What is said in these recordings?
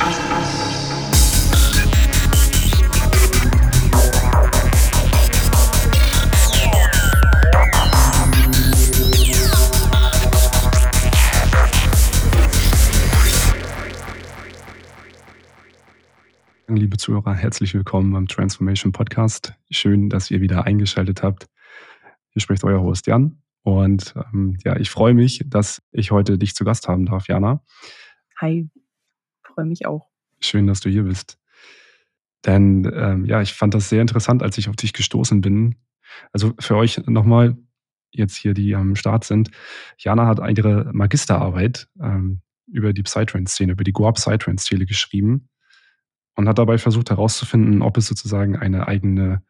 Liebe Zuhörer, herzlich willkommen beim Transformation Podcast. Schön, dass ihr wieder eingeschaltet habt. Hier spricht euer Host Jan. Und ja, ich freue mich, dass ich heute dich zu Gast haben darf, Jana. Hi, freue mich auch. Schön, dass du hier bist. Denn ja, ich fand das sehr interessant, als ich auf dich gestoßen bin. Also für euch nochmal, jetzt hier, die am Start sind. Jana hat ihre Magisterarbeit über die Psytrance-Szene, über die Goa-Psytrance-Szene geschrieben und hat dabei versucht herauszufinden, ob es sozusagen eine eigene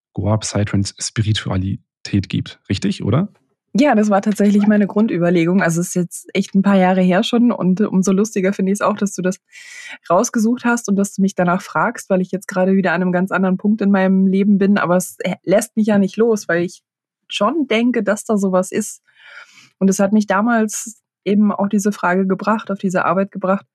Goa-Psytrance-Spiritualität gibt. Richtig, oder? Ja, das war tatsächlich meine Grundüberlegung. Also es ist jetzt echt ein paar Jahre her schon und umso lustiger finde ich es auch, dass du das rausgesucht hast und dass du mich danach fragst, weil ich jetzt gerade wieder an einem ganz anderen Punkt in meinem Leben bin. Aber es lässt mich ja nicht los, weil ich schon denke, dass da sowas ist. Und es hat mich damals eben auch diese Frage gebracht, auf diese Arbeit gebracht.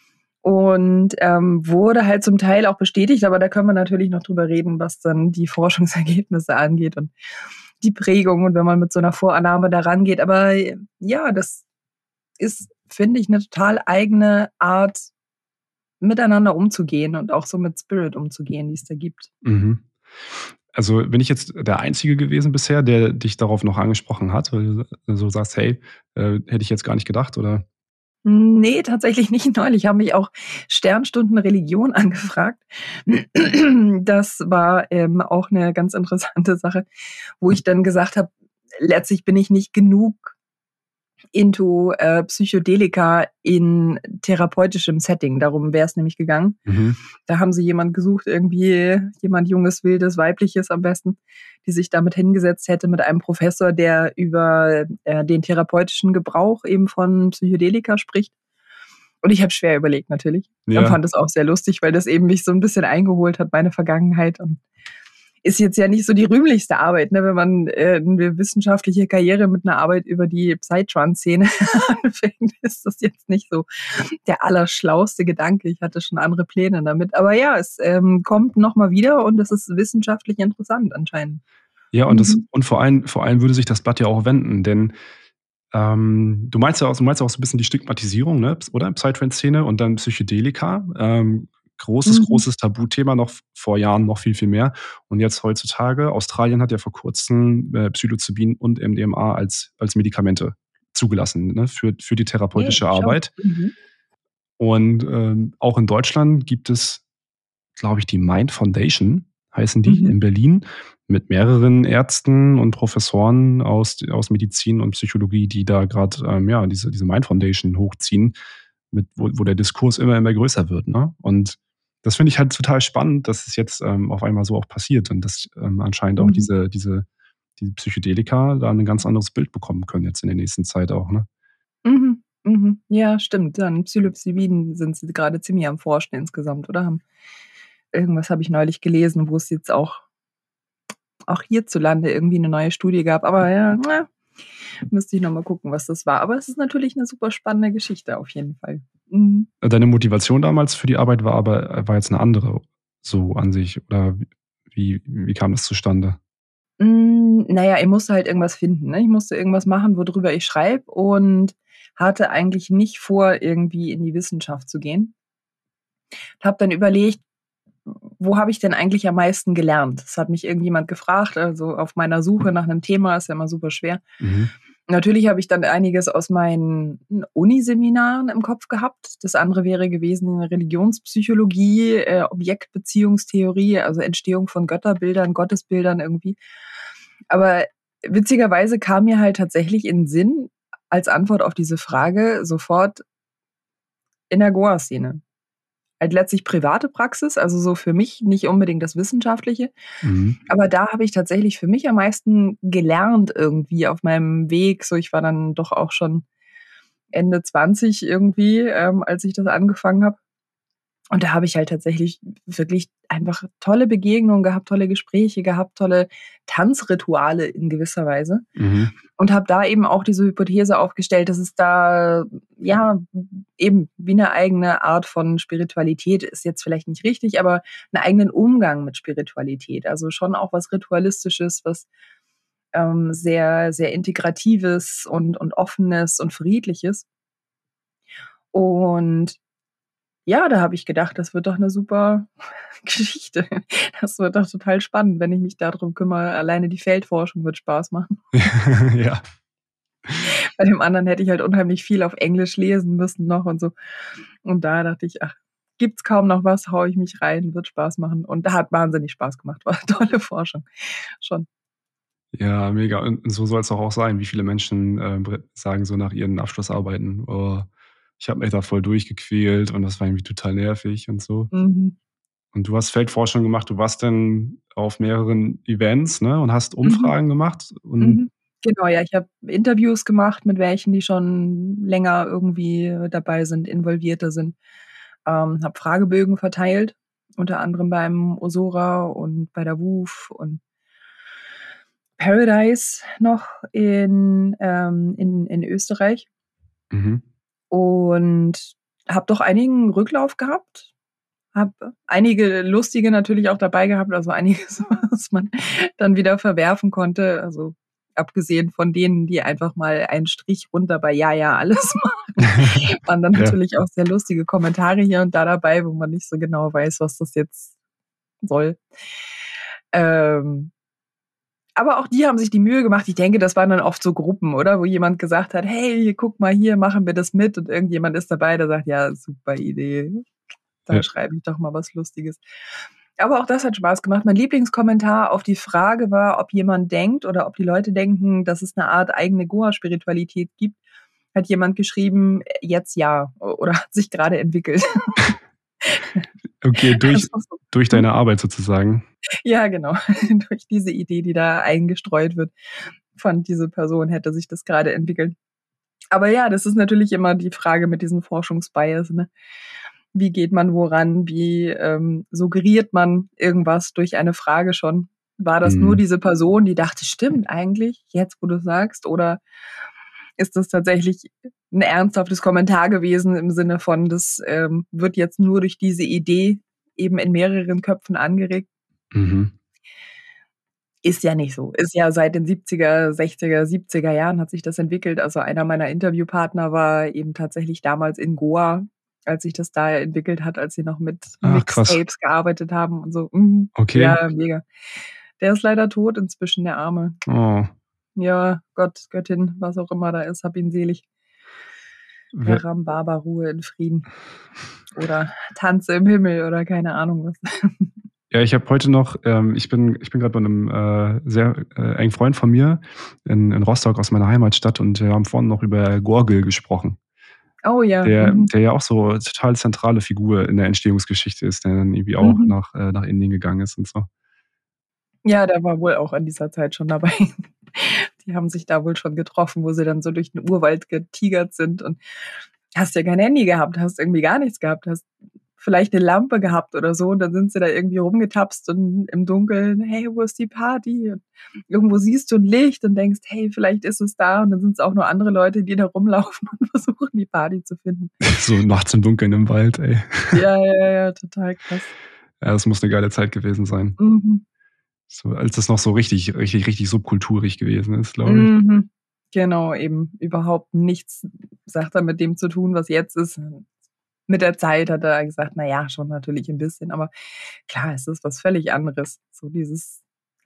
Und wurde halt zum Teil auch bestätigt, aber da können wir natürlich noch drüber reden, was dann die Forschungsergebnisse angeht und die Prägung und wenn man mit so einer Vorannahme da rangeht. Aber ja, das ist, finde ich, eine total eigene Art, miteinander umzugehen und auch so mit Spirit umzugehen, die es da gibt. Mhm. Also bin ich jetzt der Einzige gewesen bisher, der dich darauf noch angesprochen hat, weil du so sagst, hey, hätte ich jetzt gar nicht gedacht, oder? Nee, tatsächlich nicht. Neulich haben mich auch Sternstunden Religion angefragt. Das war, auch eine ganz interessante Sache, wo ich dann gesagt habe, letztlich bin ich nicht genug into, Psychedelika in therapeutischem Setting. Darum wäre es nämlich gegangen. Mhm. Da haben sie jemand gesucht, irgendwie jemand Junges, Wildes, Weibliches am besten, die sich damit hingesetzt hätte mit einem Professor, der über, den therapeutischen Gebrauch eben von Psychedelika spricht. Und ich habe schwer überlegt natürlich und Ja. fand es auch sehr lustig, weil das eben mich so ein bisschen eingeholt hat, meine Vergangenheit und ist jetzt ja nicht so die rühmlichste Arbeit, ne, wenn man, 'ne wissenschaftliche Karriere mit einer Arbeit über die Psytrance-Szene anfängt, ist das jetzt nicht so der allerschlauste Gedanke. Ich hatte schon andere Pläne damit. Aber ja, es, kommt noch mal wieder und es ist wissenschaftlich interessant anscheinend. Ja, und das Mhm. und vor allem würde sich das Blatt ja auch wenden, denn du meinst ja auch so ein bisschen die Stigmatisierung, ne, oder? Psytrance-Szene und dann Psychedelika. Großes, Mhm. großes Tabuthema, noch vor Jahren noch viel, viel mehr. Und jetzt heutzutage, Australien hat ja vor Kurzem Psilocybin und MDMA als Medikamente zugelassen, ne, für die Okay, therapeutische schau. Arbeit. Mhm. Und auch in Deutschland gibt es, glaube ich, die Mind Foundation, heißen die, Mhm. in Berlin, mit mehreren Ärzten und Professoren aus Medizin und Psychologie, die da gerade ja, diese Mind Foundation hochziehen, wo der Diskurs immer, immer größer wird. Ne? Und das finde ich halt total spannend, dass es jetzt auf einmal so auch passiert und dass anscheinend auch Mhm. diese Psychedelika da ein ganz anderes Bild bekommen können jetzt in der nächsten Zeit auch. Ne? Mhm. Mhm. Ja, stimmt. An Psilocybin sind sie gerade ziemlich am Forschen insgesamt, oder? Haben irgendwas habe ich neulich gelesen, wo es jetzt auch hierzulande irgendwie 'ne neue Studie gab. Aber ja, müsste ich noch mal gucken, was das war. Aber es ist natürlich 'ne super spannende Geschichte auf jeden Fall. Mhm. Deine Motivation damals für die Arbeit war jetzt eine andere so an sich oder wie kam das zustande? Na ja, ich musste halt irgendwas finden, ne? Ich musste irgendwas machen, worüber ich schreibe und hatte eigentlich nicht vor, irgendwie in die Wissenschaft zu gehen. Habe dann überlegt, wo habe ich denn eigentlich am meisten gelernt? Das hat mich irgendjemand gefragt, also auf meiner Suche nach 'nem Thema, ist ja immer super schwer. Mhm. Natürlich habe ich dann einiges aus meinen Uniseminaren im Kopf gehabt. Das andere wäre gewesen Religionspsychologie, Objektbeziehungstheorie, also Entstehung von Götterbildern, Gottesbildern irgendwie. Aber witzigerweise kam mir halt tatsächlich in 'n Sinn als Antwort auf diese Frage sofort in der Goa-Szene. Halt letztlich private Praxis, also so für mich, nicht unbedingt das Wissenschaftliche. Mhm. Aber da habe ich tatsächlich für mich am meisten gelernt irgendwie auf meinem Weg. So, ich war dann doch auch schon Ende 20 irgendwie, als ich das angefangen habe. Und da habe ich halt tatsächlich wirklich einfach tolle Begegnungen gehabt, tolle Gespräche gehabt, tolle Tanzrituale in gewisser Weise Mhm. und habe da eben auch diese Hypothese aufgestellt, dass es da, ja, eben wie 'ne eigene Art von Spiritualität ist jetzt vielleicht nicht richtig, aber 'n eigenen Umgang mit Spiritualität. Also, schon auch was Ritualistisches, was, sehr, sehr Integratives und Offenes und Friedliches. Und ja, da habe ich gedacht, das wird doch 'ne super Geschichte. Das wird doch total spannend, wenn ich mich da drum kümmere. Alleine die Feldforschung wird Spaß machen. Ja. Bei dem anderen hätte ich halt unheimlich viel auf Englisch lesen müssen noch und so. Und da dachte ich: „Ach, gibt's kaum noch was, haue ich mich rein, wird Spaß machen.“ Und hat wahnsinnig Spaß gemacht, war tolle Forschung, schon. Ja, mega. Und so soll es doch auch sein. Wie viele Menschen, sagen so nach ihren Abschlussarbeiten: „Oh, ich habe mich da voll durchgequält und das war irgendwie total nervig“ und so. Mhm. Und du hast Feldforschung gemacht. Du warst dann auf mehreren Events, ne, und hast Mhm. Umfragen gemacht und Mhm. Genau, ja, ich habe Interviews gemacht mit welchen, die schon länger irgendwie dabei sind, involvierter sind. Habe Fragebögen verteilt, unter anderem beim Osora und bei der WUF und Paradise noch in Österreich mhm. und habe doch einigen Rücklauf gehabt. Habe einige lustige natürlich auch dabei gehabt, also einiges, was man dann wieder verwerfen konnte. Also, abgesehen von denen, die einfach mal einen Strich runter bei „Ja, ja, alles“ machen, waren dann Ja. natürlich auch sehr lustige Kommentare hier und da dabei, wo man nicht so genau weiß, was das jetzt soll. Ähm, aber auch die haben sich die Mühe gemacht. Ich denke, das waren dann oft so Gruppen, oder? Wo jemand gesagt hat: „Hey, guck mal hier, machen wir das mit?“ Und irgendjemand ist dabei, der sagt: „Ja, super Idee. Da Ja. schreibe ich doch mal was Lustiges.“ Aber auch das hat Spaß gemacht. Mein Lieblingskommentar auf die Frage war, ob jemand denkt oder ob die Leute denken, dass es 'ne Art eigene Goa-Spiritualität gibt, hat jemand geschrieben: „Jetzt ja“ oder „hat sich grade entwickelt.“ Okay, Also so durch mhm. deine Arbeit sozusagen. Ja, genau. Durch diese Idee, die da eingestreut wird, fand diese Person, hätte sich das grade entwickelt. Aber ja, das ist natürlich immer die Frage mit diesem Forschungsbias, ne? Wie geht man woran? Wie, suggeriert man irgendwas durch eine Frage schon? War das nur Mhm. diese Person, die dachte: „Stimmt eigentlich, jetzt wo du's sagst“, oder ist das tatsächlich 'n ernsthaftes Kommentar gewesen im Sinne von, das, wird jetzt nur durch diese Idee eben in mehreren Köpfen angeregt? Mhm. Ist ja nicht so. Ist ja seit den 70er, 60er, 70er Jahren hat sich das entwickelt. Also, einer meiner Interviewpartner war eben tatsächlich damals in Goa, als sich das da entwickelt hat, als sie noch mit Ach, krass. Mixtapes gearbeitet haben und so. Mhm. Okay. Ja, mega. Der ist leider tot inzwischen, der Arme. Oh. Ja, Gott, Göttin, was auch immer da ist, hab ihn selig. W Herr Rambaba, Ruhe in Frieden. Oder tanze im Himmel oder keine Ahnung was. Ja, ich habe heute noch ich bin grad bei 'nem, sehr, engen Freund von mir in Rostock aus meiner Heimatstadt und wir haben vorhin noch über Gorgel gesprochen, Oh ja, der mhm, der ja auch so total zentrale Figur in der Entstehungsgeschichte ist, der dann irgendwie auch mhm. nach Indien gegangen ist und so. Ja, der war wohl auch an dieser Zeit schon dabei. Die haben sich da wohl schon getroffen, wo sie dann so durch 'n Urwald getigert sind und hast ja kein Handy gehabt, hast irgendwie gar nichts gehabt, hast vielleicht 'ne Lampe gehabt oder so und dann sind sie da irgendwie rumgetapst und im Dunkeln: „Hey, wo ist die Party?“ Und irgendwo siehst du 'n Licht und denkst: „Hey, vielleicht ist es da“ und dann sind's auch nur andere Leute, die da rumlaufen und versuchen, die Party zu finden. So nachts im Dunkeln im Wald, ey. Ja, ja, ja, total krass. Ja, das muss 'ne geile Zeit gewesen sein. Mhm. So, als das noch so richtig subkulturig gewesen ist, glaube ich. Mhm. Genau, eben überhaupt nichts, sagt er, mit dem zu tun, was jetzt ist. Mit der Zeit hat er gesagt: „Na ja, schon natürlich 'n bisschen, aber klar, es ist was völlig anderes.“ So dieses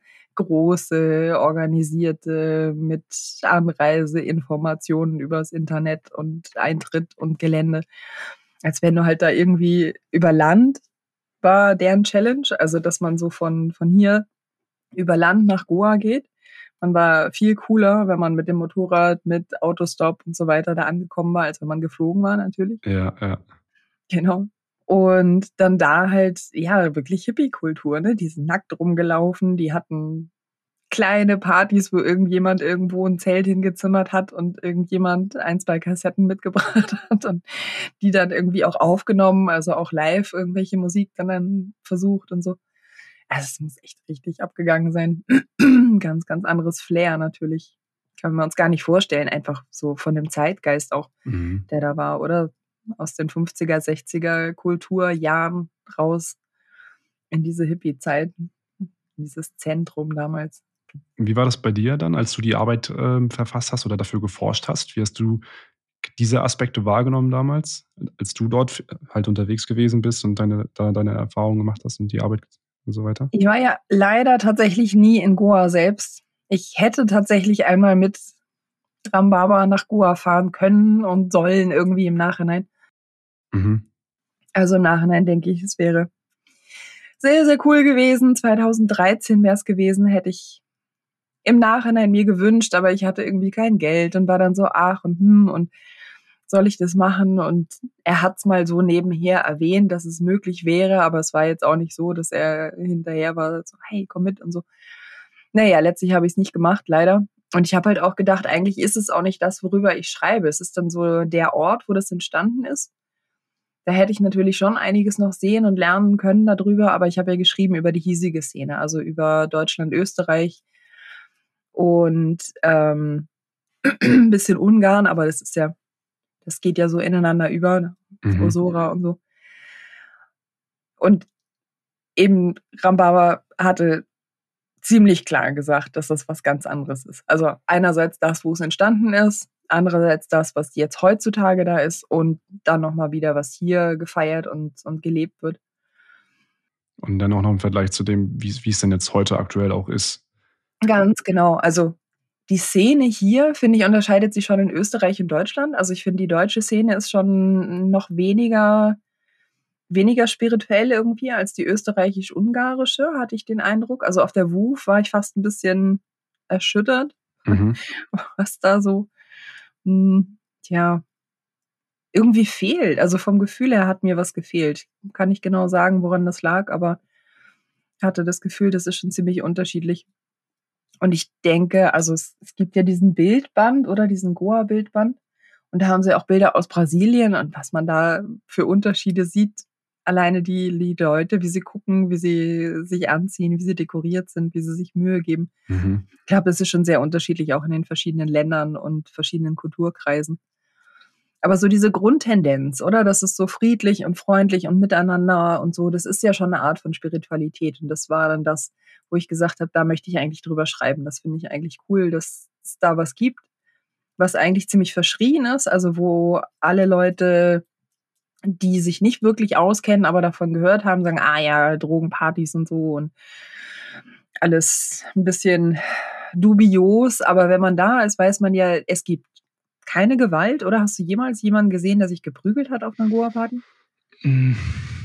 große, organisierte mit Anreiseinformationen übers Internet und Eintritt und Gelände. Als wenn du halt da irgendwie über Land war deren Challenge, also, dass man so von hier über Land nach Goa geht. Man war viel cooler, wenn man mit dem Motorrad, mit Autostop und so weiter da angekommen war, als wenn man geflogen war natürlich. Ja, ja. Genau. Und dann da halt, ja, wirklich Hippie-Kultur, ne? Die sind nackt rumgelaufen, die hatten kleine Partys, wo irgendjemand irgendwo 'n Zelt hingezimmert hat und irgendjemand 1, 2 Kassetten mitgebracht hat und die dann irgendwie auch aufgenommen, also auch live irgendwelche Musik dann versucht und so. Also, es muss echt richtig abgegangen sein. Ganz, ganz anderes Flair natürlich. Können wir uns gar nicht vorstellen, einfach so von dem Zeitgeist auch, Mhm. der da war, oder? Aus den 50er, 60er Kulturjahren raus in diese Hippie-Zeiten, dieses Zentrum damals. Wie war das bei dir dann, als du die Arbeit, verfasst hast oder dafür geforscht hast? Wie hast du diese Aspekte wahrgenommen damals, als du dort halt unterwegs gewesen bist und deine Erfahrungen gemacht hast und die Arbeit und so weiter? Ich war ja leider tatsächlich nie in Goa selbst. Ich hätte tatsächlich einmal mit Rambaba nach Goa fahren können und sollen irgendwie im Nachhinein. Mhm. Also, im Nachhinein denke ich, es wäre sehr, sehr cool gewesen. 2013 wär's gewesen, hätte ich im Nachhinein mir gewünscht, aber ich hatte irgendwie kein Geld und war dann so: „Ach und soll ich das machen?“ Und er hat's mal so nebenher erwähnt, dass es möglich wäre, aber es war jetzt auch nicht so, dass er hinterher war, so: „Hey, komm mit“ und so. Na ja, letztlich habe ich's nicht gemacht, leider. Und ich habe halt auch gedacht, eigentlich ist es auch nicht das, worüber ich schreibe. Es ist dann so der Ort, wo das entstanden ist. Da hätte ich natürlich schon einiges noch sehen und lernen können da drüber, aber ich habe ja geschrieben über die hiesige Szene, also über Deutschland, Österreich und, 'n bisschen Ungarn, aber das geht ja so ineinander über, ne? Mhm. Osora und so. Und eben Rambaba hatte ziemlich klar gesagt, dass das was ganz anderes ist. Also, einerseits das, wo es entstanden ist, andererseits das, was jetzt heutzutage da ist und dann noch mal wieder, was hier gefeiert und gelebt wird. Und dann auch noch im Vergleich zu dem, wie es denn jetzt heute aktuell auch ist. Ganz genau. Also, die Szene hier, finde ich, unterscheidet sich schon in Österreich und Deutschland. Also, ich finde, die deutsche Szene ist schon noch weniger spirituell irgendwie als die österreichisch-ungarische, hatte ich den Eindruck. Also, auf der WUF war ich fast 'n bisschen erschüttert, Mhm. was da so, tja, irgendwie fehlt. Also, vom Gefühl her hat mir was gefehlt. Kann nicht genau sagen, woran das lag, aber hatte das Gefühl, das ist schon ziemlich unterschiedlich. Und ich denke, also, es gibt ja diesen Bildband oder diesen Goa-Bildband und da haben sie auch Bilder aus Brasilien und was man da für Unterschiede sieht, alleine die Leute, wie sie gucken, wie sie sich anziehen, wie sie dekoriert sind, wie sie sich Mühe geben. Mhm. Ich glaube, das ist schon sehr unterschiedlich auch in den verschiedenen Ländern und verschiedenen Kulturkreisen. Aber so diese Grundtendenz, oder? Das ist so friedlich und freundlich und miteinander und so, das ist ja schon 'ne Art von Spiritualität. Und das war dann das, wo ich gesagt habe, da möchte ich eigentlich drüber schreiben. Das finde ich eigentlich cool, dass es da was gibt, was eigentlich ziemlich verschrien ist, also wo alle Leute, die sich nicht wirklich auskennen, aber davon gehört haben, sagen: „Ah ja, Drogenpartys und so und alles 'n bisschen dubios.“ Aber wenn man da ist, weiß man ja, es gibt keine Gewalt, oder? Hast du jemals jemanden gesehen, der sich geprügelt hat auf 'ner Goa-Party? Hm.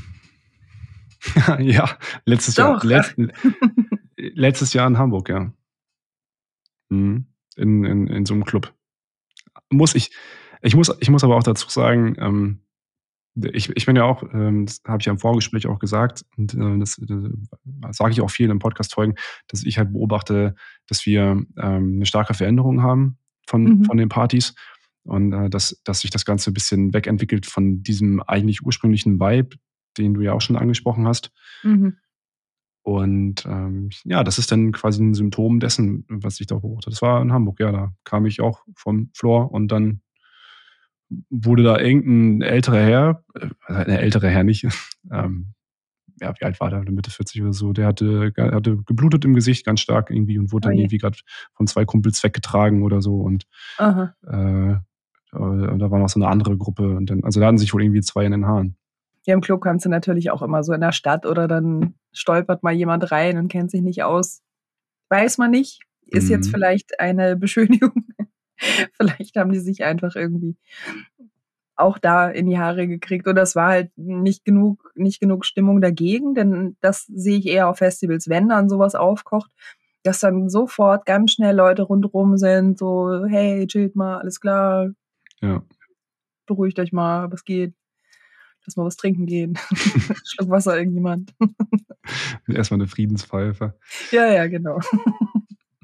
Ja, letztes Jahr Doch. letztes Jahr in Hamburg, ja. Mhm. In so 'nem Club. Muss ich muss aber auch dazu sagen, ich bin ja auch, das habe ich ja im Vorgespräch auch gesagt und, das sage ich auch viel in Podcast-Folgen, dass ich halt beobachte, dass wir, 'ne starke Veränderung haben Mhm, von den Partys und, dass sich das Ganze bisschen wegentwickelt von diesem eigentlich ursprünglichen Vibe, den du ja auch schon angesprochen hast. mhm. Und, ja, das ist dann quasi 'n Symptom dessen, was ich da beobachte. Das war in Hamburg, ja, da kam ich auch vom Floor und dann wurde da irgend 'n älterer Herr, älterer Herr nicht, ähm, ja, wie alt war der? Mitte 40 oder so, der hatte geblutet im Gesicht ganz stark irgendwie und wurde Oh dann je. irgendwie grad von 2 Kumpels weggetragen oder so und, Aha. da war noch so 'ne andere Gruppe und dann also, da hatten sich wohl irgendwie 2 in den Haaren. Ja, im Club kannst du natürlich auch immer so in der Stadt oder dann stolpert mal jemand rein und kennt sich nicht aus. Weiß man nicht, ist jetzt Mhm. vielleicht eine Beschönigung. Vielleicht haben die sich einfach irgendwie auch da in die Haare gekriegt oder es war halt nicht genug Stimmung dagegen, denn das sehe ich eher auf Festivals, wenn dann so was aufkocht, dass dann sofort ganz schnell Leute rundrum sind, so: „Hey, chillt mal, alles klar, Ja. beruhigt euch mal, was geht? Lass mal was trinken gehen. Schluck Wasser, irgendjemand.“ Erst mal 'ne Friedenspfeife. Ja, ja, genau.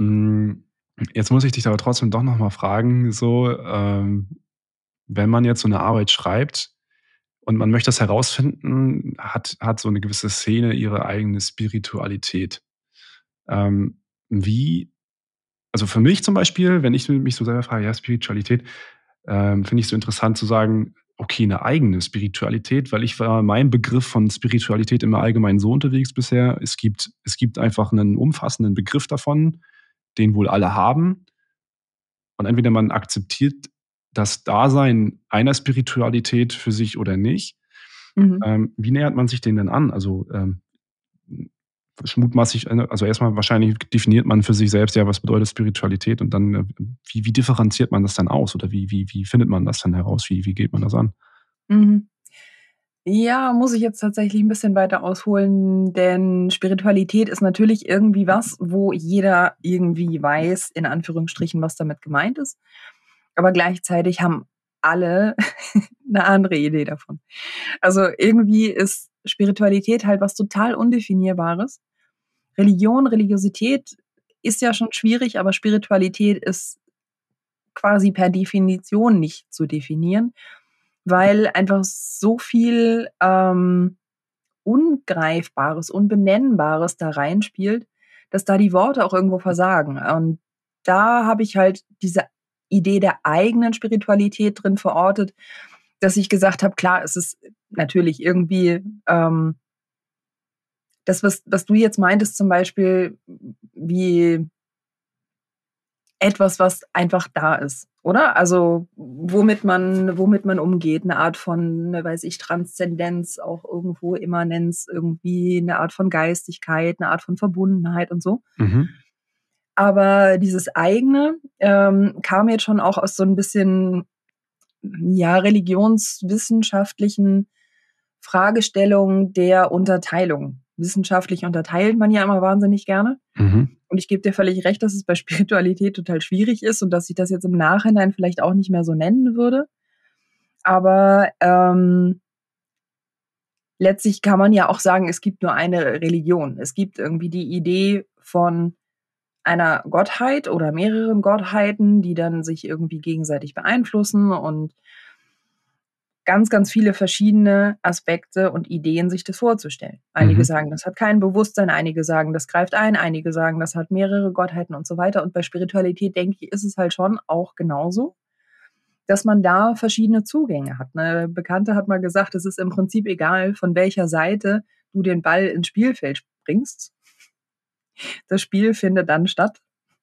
Hm, jetzt muss ich dich aber trotzdem doch noch mal fragen, so, wenn man jetzt so 'ne Arbeit schreibt und man möchte das herausfinden, hat so 'ne gewisse Szene ihre eigene Spiritualität. Ähm, wie Also, für mich zum Beispiel, wenn ich mich so selber frage, ja, Spiritualität, finde ich so interessant zu sagen, okay, eine eigene Spiritualität, weil ich war mein Begriff von Spiritualität immer allgemein so unterwegs bisher. Es gibt einfach einen umfassenden Begriff davon, den wohl alle haben. Und entweder man akzeptiert das Dasein einer Spiritualität für sich oder nicht. Mhm. Wie nähert man sich dem denn an? Also, mutmaßlich, also erstmal wahrscheinlich definiert man für sich selbst, ja, was bedeutet Spiritualität und dann, wie differenziert man das dann aus oder wie findet man das dann heraus? Wie geht man das an? Mhm. Ja, muss ich jetzt tatsächlich 'n bisschen weiter ausholen, denn Spiritualität ist natürlich irgendwie was, wo jeder irgendwie weiß, in Anführungsstrichen, was damit gemeint ist. Aber gleichzeitig haben alle 'ne andere Idee davon. Also, irgendwie ist Spiritualität halt was total Undefinierbares. Religion, Religiosität ist ja schon schwierig, aber Spiritualität ist quasi per Definition nicht zu definieren, weil einfach so viel, Ungreifbares, Unbenennbares da reinspielt, dass da die Worte auch irgendwo versagen. Und da habe ich halt diese Idee der eigenen Spiritualität drin verortet, dass ich gesagt habe: „Klar, es ist natürlich irgendwie, das, was du jetzt meintest, zum Beispiel, wie etwas, was einfach da ist, oder? Also, womit man umgeht, 'ne Art von, ne, weiß ich, Transzendenz, auch irgendwo Immanenz, irgendwie 'ne Art von Geistigkeit, 'ne Art von Verbundenheit und so. Mhm. Aber dieses eigene, kam jetzt schon auch aus so 'n bisschen, ja, religionswissenschaftlichen Fragestellungen der Unterteilung. Wissenschaftlich unterteilt man ja immer wahnsinnig gerne. Mhm. Und ich gebe dir völlig recht, dass es bei Spiritualität total schwierig ist und dass ich das jetzt im Nachhinein vielleicht auch nicht mehr so nennen würde. Aber, letztlich kann man ja auch sagen, es gibt nur eine Religion. Es gibt irgendwie die Idee von einer Gottheit oder mehreren Gottheiten, die dann sich irgendwie gegenseitig beeinflussen und ganz, ganz viele verschiedene Aspekte und Ideen, sich das vorzustellen. Einige Mhm. sagen, das hat kein Bewusstsein, einige sagen, das greift ein, einige sagen, das hat mehrere Gottheiten und so weiter. Und bei Spiritualität, denke ich, ist es halt schon auch genauso, dass man da verschiedene Zugänge hat. 'Ne Bekannte hat mal gesagt, es ist im Prinzip egal, von welcher Seite du den Ball ins Spielfeld bringst. Das Spiel findet dann statt.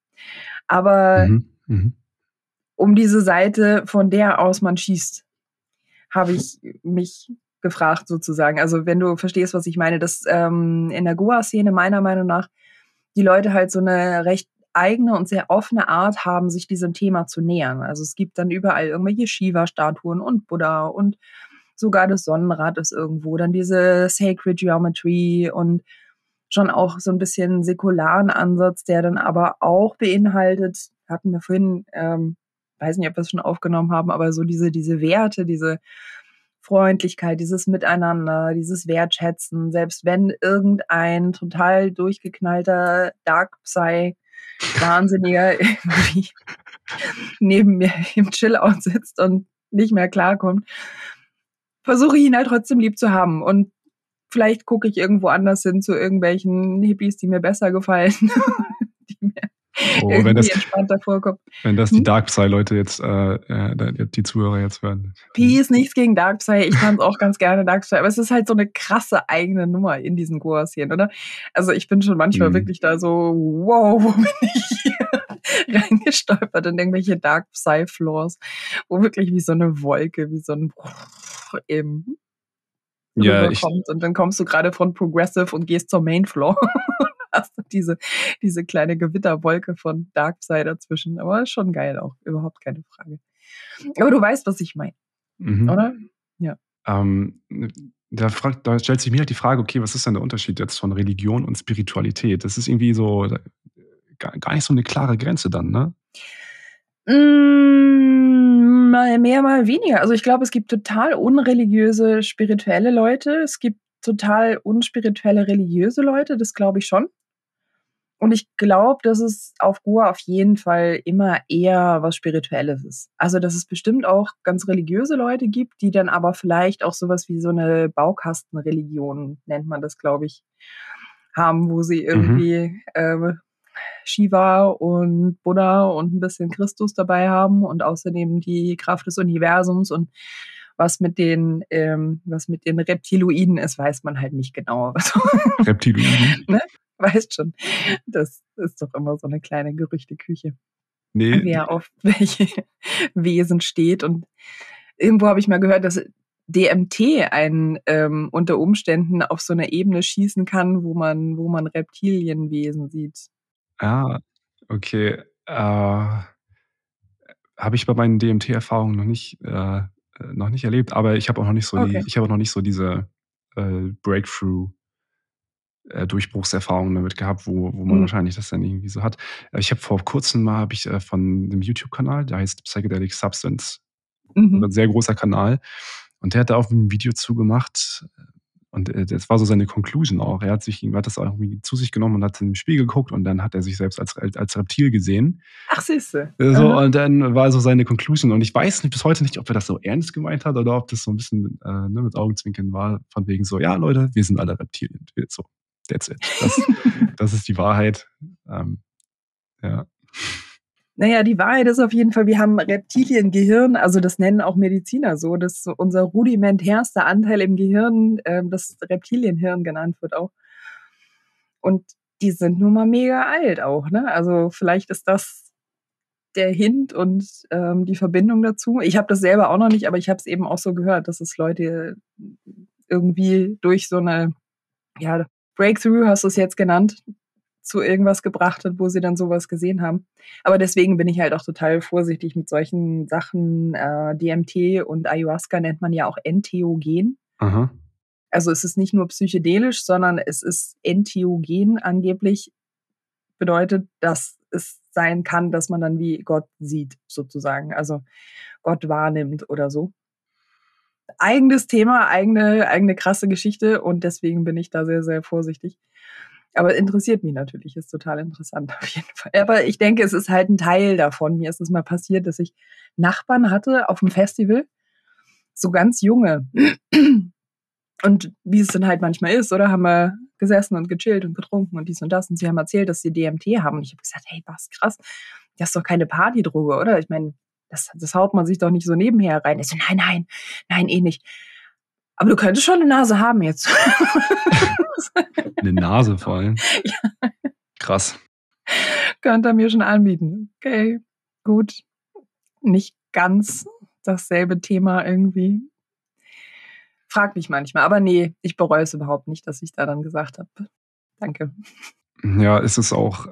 Aber Mhm. Mhm. um diese Seite, von der aus man schießt, habe ich mich gefragt sozusagen. Also, wenn du verstehst, was ich meine, dass, in der Goa-Szene meiner Meinung nach die Leute halt so 'ne recht eigene und sehr offene Art haben, sich diesem Thema zu nähern. Also, es gibt dann überall irgendwelche Shiva-Statuen und Buddha und sogar das Sonnenrad ist irgendwo, dann diese Sacred Geometry und schon auch so 'n bisschen säkularen Ansatz, der dann aber auch beinhaltet, hatten wir vorhin, weiß nicht, ob wir's schon aufgenommen haben, aber so diese Werte, diese Freundlichkeit, dieses Miteinander, dieses Wertschätzen, selbst wenn irgendein total durchgeknallter Dark Psy Wahnsinniger irgendwie neben mir im Chill-Out sitzt und nicht mehr klarkommt, versuche ich ihn halt trotzdem lieb zu haben. Und vielleicht gucke ich irgendwo anders hin zu irgendwelchen Hippies, die mir besser gefallen, die mir Oh, irgendwie entspannter vorkommen. wenn das die Mhm. Dark Psy-Leute jetzt, die Zuhörer jetzt hören. Peace, nichts gegen Dark Psy. Ich tanze auch ganz gerne Dark Psy, aber es ist halt so 'ne krasse eigene Nummer in diesen Goa-Szenen, oder? Also, ich bin schon manchmal Mhm. wirklich da so: „Wow, wo bin ich hier reingestolpert in irgendwelche Dark Psy-Floors", wo wirklich wie so 'ne Wolke, wie so 'n eben Ja, ich rüberkommt und dann kommst du grade von Progressive und gehst zur Main Floor. Hast du diese kleine Gewitterwolke von Dark Psy dazwischen, aber ist schon geil auch, überhaupt keine Frage. Aber du weißt, was ich meine, mhm. oder? Ja. Ähm, da stellt sich mir halt die Frage, okay, was ist denn der Unterschied jetzt von Religion und Spiritualität? Das ist irgendwie so gar nicht so 'ne klare Grenze dann, ne? Mal mehr, mal weniger. Also, ich glaube, es gibt total unreligiöse, spirituelle Leute. Es gibt total unspirituelle, religiöse Leute, das glaube ich schon. Und ich glaube, dass es auf Goa auf jeden Fall immer eher was Spirituelles ist. Also, dass es bestimmt auch ganz religiöse Leute gibt, die dann aber vielleicht auch sowas wie so eine Baukastenreligion, nennt man das, glaube ich, haben, wo sie Mhm. irgendwie, Shiva und Buddha und ein bisschen Christus dabei haben und außerdem die Kraft des Universums und was mit den Reptiloiden ist, weiß man halt nicht genau. Also, Reptiloiden? ne? Weißt schon. Das ist doch immer so 'ne kleine Gerüchteküche, Ne, wer auf welche Wesen steht. Und irgendwo habe ich mal gehört, dass DMT einen, unter Umständen auf so 'ne Ebene schießen kann, wo man Reptilienwesen sieht. ah, okay. Habe ich bei meinen DMT-Erfahrungen noch nicht erlebt, aber Okay. ich habe auch noch nicht so diese, Breakthrough Durchbruchserfahrungen damit gehabt, wo man Mhm. wahrscheinlich das dann irgendwie so hat. Ich habe vor Kurzem mal habe ich, von 'nem YouTube-Kanal, der heißt Psychedelic Substance, Mhm. 'n sehr großer Kanal, und der hat da auch 'n Video zu gemacht, und, das war so seine Conclusion auch. Hat das auch irgendwie zu sich genommen und hat in den Spiegel geguckt und dann hat er sich selbst als Reptil gesehen. Ach, siehst du. So, Aha. und dann war so seine Conclusion, und ich weiß nicht bis heute nicht, ob er das so ernst gemeint hat oder ob das so 'n bisschen, ne, mit Augenzwinkern war, von wegen so: „Ja, Leute, wir sind alle Reptilien." So, that's it. Das ist die Wahrheit. Ähm, ja. Na ja, die Wahrheit ist auf jeden Fall, wir haben Reptiliengehirn, also das nennen auch Mediziner so, dass so unser rudimentärster Anteil im Gehirn, das Reptilienhirn genannt wird auch. Und die sind nun mal mega alt auch, ne? Also, vielleicht ist das der Hint und, die Verbindung dazu. Ich habe das selber auch noch nicht, aber ich habe es eben auch so gehört, dass es Leute irgendwie durch so 'ne, ja, Breakthrough hast du's jetzt genannt, zu irgendwas gebracht hat, wo sie dann so was gesehen haben. Aber deswegen bin ich halt auch total vorsichtig mit solchen Sachen. DMT und Ayahuasca nennt man ja auch Entheogen. Aha. Also, es ist nicht nur psychedelisch, sondern es ist Entheogen. Angeblich bedeutet, dass es sein kann, dass man dann wie Gott sieht sozusagen, also Gott wahrnimmt oder so. Eigenes Thema, eigene krasse Geschichte und deswegen bin ich da sehr, sehr vorsichtig. Aber interessiert mich natürlich, ist total interessant auf jeden Fall. Aber ich denke, es ist halt 'n Teil davon. Mir ist es mal passiert, dass ich Nachbarn hatte auf'm Festival, so ganz junge. Und wie es dann halt manchmal ist, oder, haben wir gesessen und gechillt und getrunken und dies und das und sie haben erzählt, dass sie DMT haben und ich habe gesagt: „Hey, was, krass. Das ist doch keine Partydroge, oder? Ich meine, das haut man sich doch nicht so nebenher rein." Ich so: „Nein, nein, nein, eh nicht. Aber du könntest schon 'ne Nase haben jetzt." 'Ne Nase vor allem. Ja, Krass. könnte er mir schon anbieten. Okay, gut. Nicht ganz dasselbe Thema irgendwie. Frage mich manchmal, aber ne, ich bereue es überhaupt nicht, dass ich da dann gesagt habe: „Danke." Ja, es ist auch,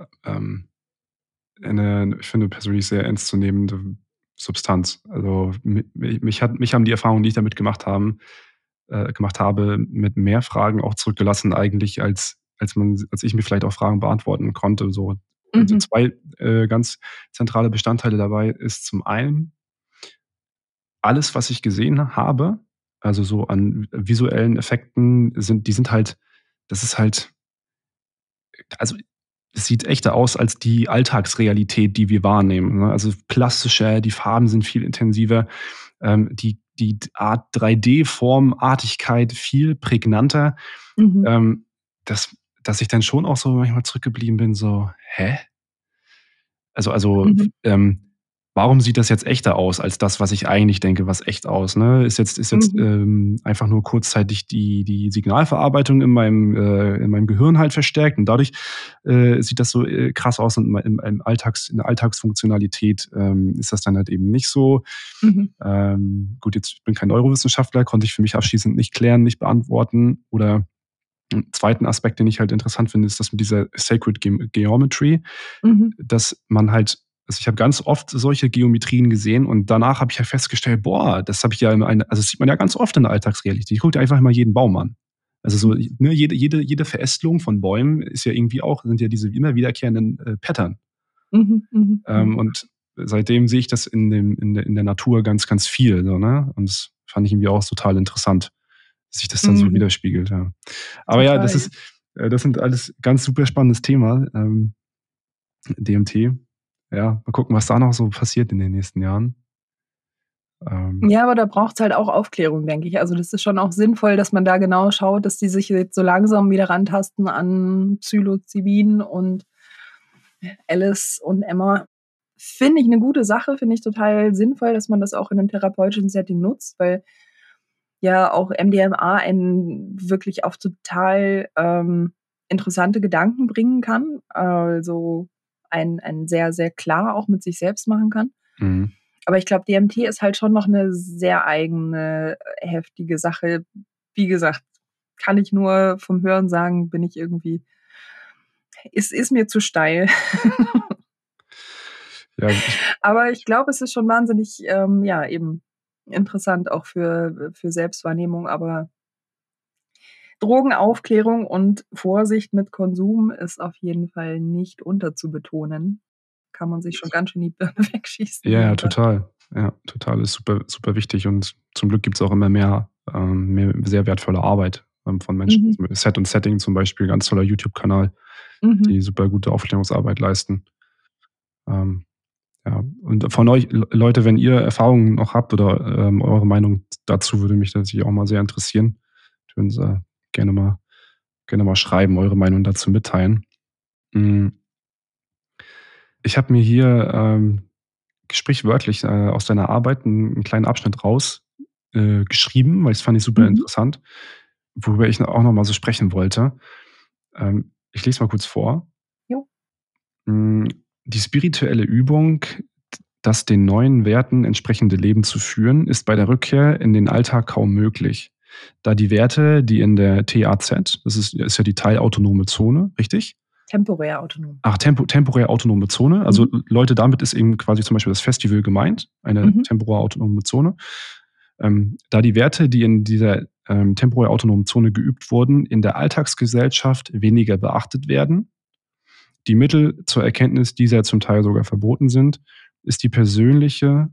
ich finde persönlich sehr ernstzunehmende Substanz. Also, mich haben die Erfahrungen, die ich damit gemacht habe, mit mehr Fragen auch zurückgelassen eigentlich, als ich mir vielleicht auch Fragen beantworten konnte, so. Also, Mhm, 2 ganz zentrale Bestandteile dabei ist zum einen alles, was ich gesehen habe, also so an visuellen Effekten, sind halt das ist halt also, es sieht echter aus als die Alltagsrealität, die wir wahrnehmen, ne? Also, plastischer, die Farben sind viel intensiver, die Art 3D-Formartigkeit viel prägnanter, mhm, ähm, dass dass ich dann schon auch so manchmal zurückgeblieben bin, so: „Hä?" mhm, Warum sieht das jetzt echter aus als das, was ich eigentlich denke, was echt aus, ne? Ist jetzt, mhm, einfach nur kurzzeitig die Signalverarbeitung in meinem Gehirn halt verstärkt und dadurch, sieht das so, krass aus, und in der Alltagsfunktionalität, ist das dann halt eben nicht so. mhm, Gut, jetzt ich bin kein Neurowissenschaftler, konnte ich für mich abschließend nicht klären, nicht beantworten. Oder 'n zweiten Aspekt, den ich halt interessant finde, ist das mit dieser Sacred Geometry, mhm, dass man halt ich habe ganz oft solche Geometrien gesehen und danach habe ich ja festgestellt: „Boah, das habe ich ja das sieht man ja ganz oft in der Alltagsrealität." Guck dir einfach mal jeden Baum an. Also so, mhm, ne, jede Verästelung von Bäumen ist ja irgendwie auch sind ja diese immer wiederkehrenden, Pattern. mhm, mhm, mhm. Und seitdem sehe ich das in der Natur ganz, ganz viel so, ne? Und das fand ich irgendwie auch total interessant, dass sich das dann so Mhm, widerspiegelt, ja. Aber ja, total, ja. das sind alles ganz super spannendes Thema. DMT. Ja, mal gucken, was da noch so passiert in den nächsten Jahren. Ja, aber da braucht's halt auch Aufklärung, denke ich. Also, das ist schon auch sinnvoll, dass man da genau schaut, dass die sich jetzt so langsam wieder rantasten an Psilocybin und Alice und Emma. Finde ich 'ne gute Sache, finde ich total sinnvoll, dass man das auch in 'nem therapeutischen Setting nutzt, weil ja auch MDMA einen wirklich auf total, interessante Gedanken bringen kann, also einen sehr, sehr klar auch mit sich selbst machen kann. Mhm. Aber ich glaube, DMT ist halt schon noch 'ne sehr eigene, heftige Sache. Wie gesagt, kann ich nur vom Hören sagen, bin ich irgendwie ist mir zu steil. Ja, ich Aber ich glaube, es ist schon wahnsinnig, ja, eben interessant auch für Selbstwahrnehmung, aber Drogenaufklärung und Vorsicht mit Konsum ist auf jeden Fall nicht unterzubetonen. Kann man sich schon ganz schön die Birne wegschießen, ja, wie ja, gesagt. total. Ja, total, ist super super wichtig und zum Glück gibt's auch immer mehr sehr wertvolle Arbeit, von Menschen. Mhm. Set und Setting zum Beispiel, ganz toller YouTube-Kanal, Mhm. die super gute Aufklärungsarbeit leisten. Ähm, ja, und von euch Leute, wenn ihr Erfahrungen noch habt oder, eure Meinung dazu würde mich natürlich auch mal sehr interessieren. Können Sie gerne mal gerne mal schreiben, eure Meinung dazu mitteilen. Hm, ich habe mir hier, sprichwörtlich, aus deiner Arbeit 'n kleinen Abschnitt raus geschrieben, weil das fand ich super Mhm. interessant, worüber ich auch noch mal so sprechen wollte. Ich lese mal kurz vor. Jo. Die spirituelle Übung, das den neuen Werten entsprechende Leben zu führen, ist bei der Rückkehr in den Alltag kaum möglich, da die Werte, die in der TAZ, das ist ja die teilautonome Zone, richtig? Temporär autonom. Ach, temporär autonome Zone. Also, Mhm. Leute, damit ist eben quasi zum Beispiel das Festival gemeint, eine Mhm. temporär autonome Zone. Da die Werte, die in dieser, temporär autonomen Zone geübt wurden, in der Alltagsgesellschaft weniger beachtet werden, die Mittel zur Erkenntnis dieser zum Teil sogar verboten sind, ist die persönliche,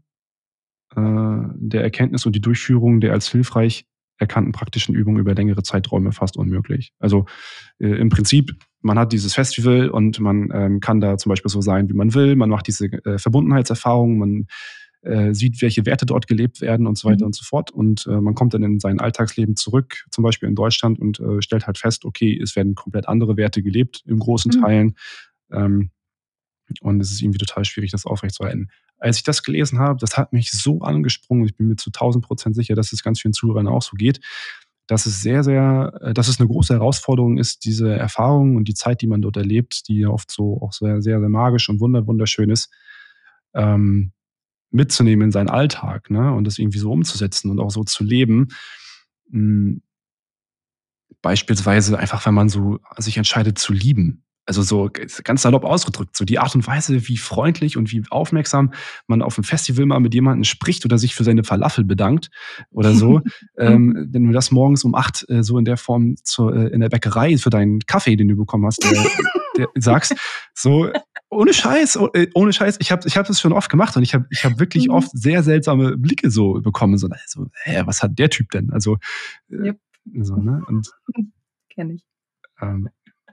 der Erkenntnis und die Durchführung der als hilfreich erkannten praktischen Übungen über längere Zeiträume fast unmöglich. Also, im Prinzip, man hat dieses Festival und man, kann da zum Beispiel so sein, wie man will. Man macht diese, Verbundenheitserfahrung, man, sieht, welche Werte dort gelebt werden und so weiter Mhm. und so fort. Und, man kommt dann in sein Alltagsleben zurück, zum Beispiel in Deutschland und, stellt halt fest, okay, es werden komplett andere Werte gelebt in großen Mhm. Teilen. Ähm, und es ist irgendwie total schwierig, das aufrechtzuerhalten. Als ich das gelesen habe, das hat mich so angesprungen. Ich bin mir zu 1000% sicher, dass es ganz vielen Zuhörern auch so geht, dass es dass es eine große Herausforderung ist, diese Erfahrungen und die Zeit, die man dort erlebt, die ja oft so auch sehr, sehr, sehr magisch und wunderschön ist, ähm, mitzunehmen in seinen Alltag, ne? Und das irgendwie so umzusetzen und auch so zu leben. Hm, Beispielsweise einfach, wenn man so sich entscheidet zu lieben. Also so ganz salopp ausgedrückt, so die Art und Weise, wie freundlich und wie aufmerksam man auf 'm Festival mal mit jemandem spricht oder sich für seine Falafel bedankt oder so. Mhm. Wenn du das morgens um 8 so in der Form in der Bäckerei für deinen Kaffee, den du bekommen hast, der sagst, so ohne Scheiß, ich habe das schon oft gemacht und ich habe wirklich Mhm. oft sehr seltsame Blicke so bekommen, so: „Hä, was hat der Typ denn?“ Also, äh, Jep. so, ne? Und Kenne ich. ähm,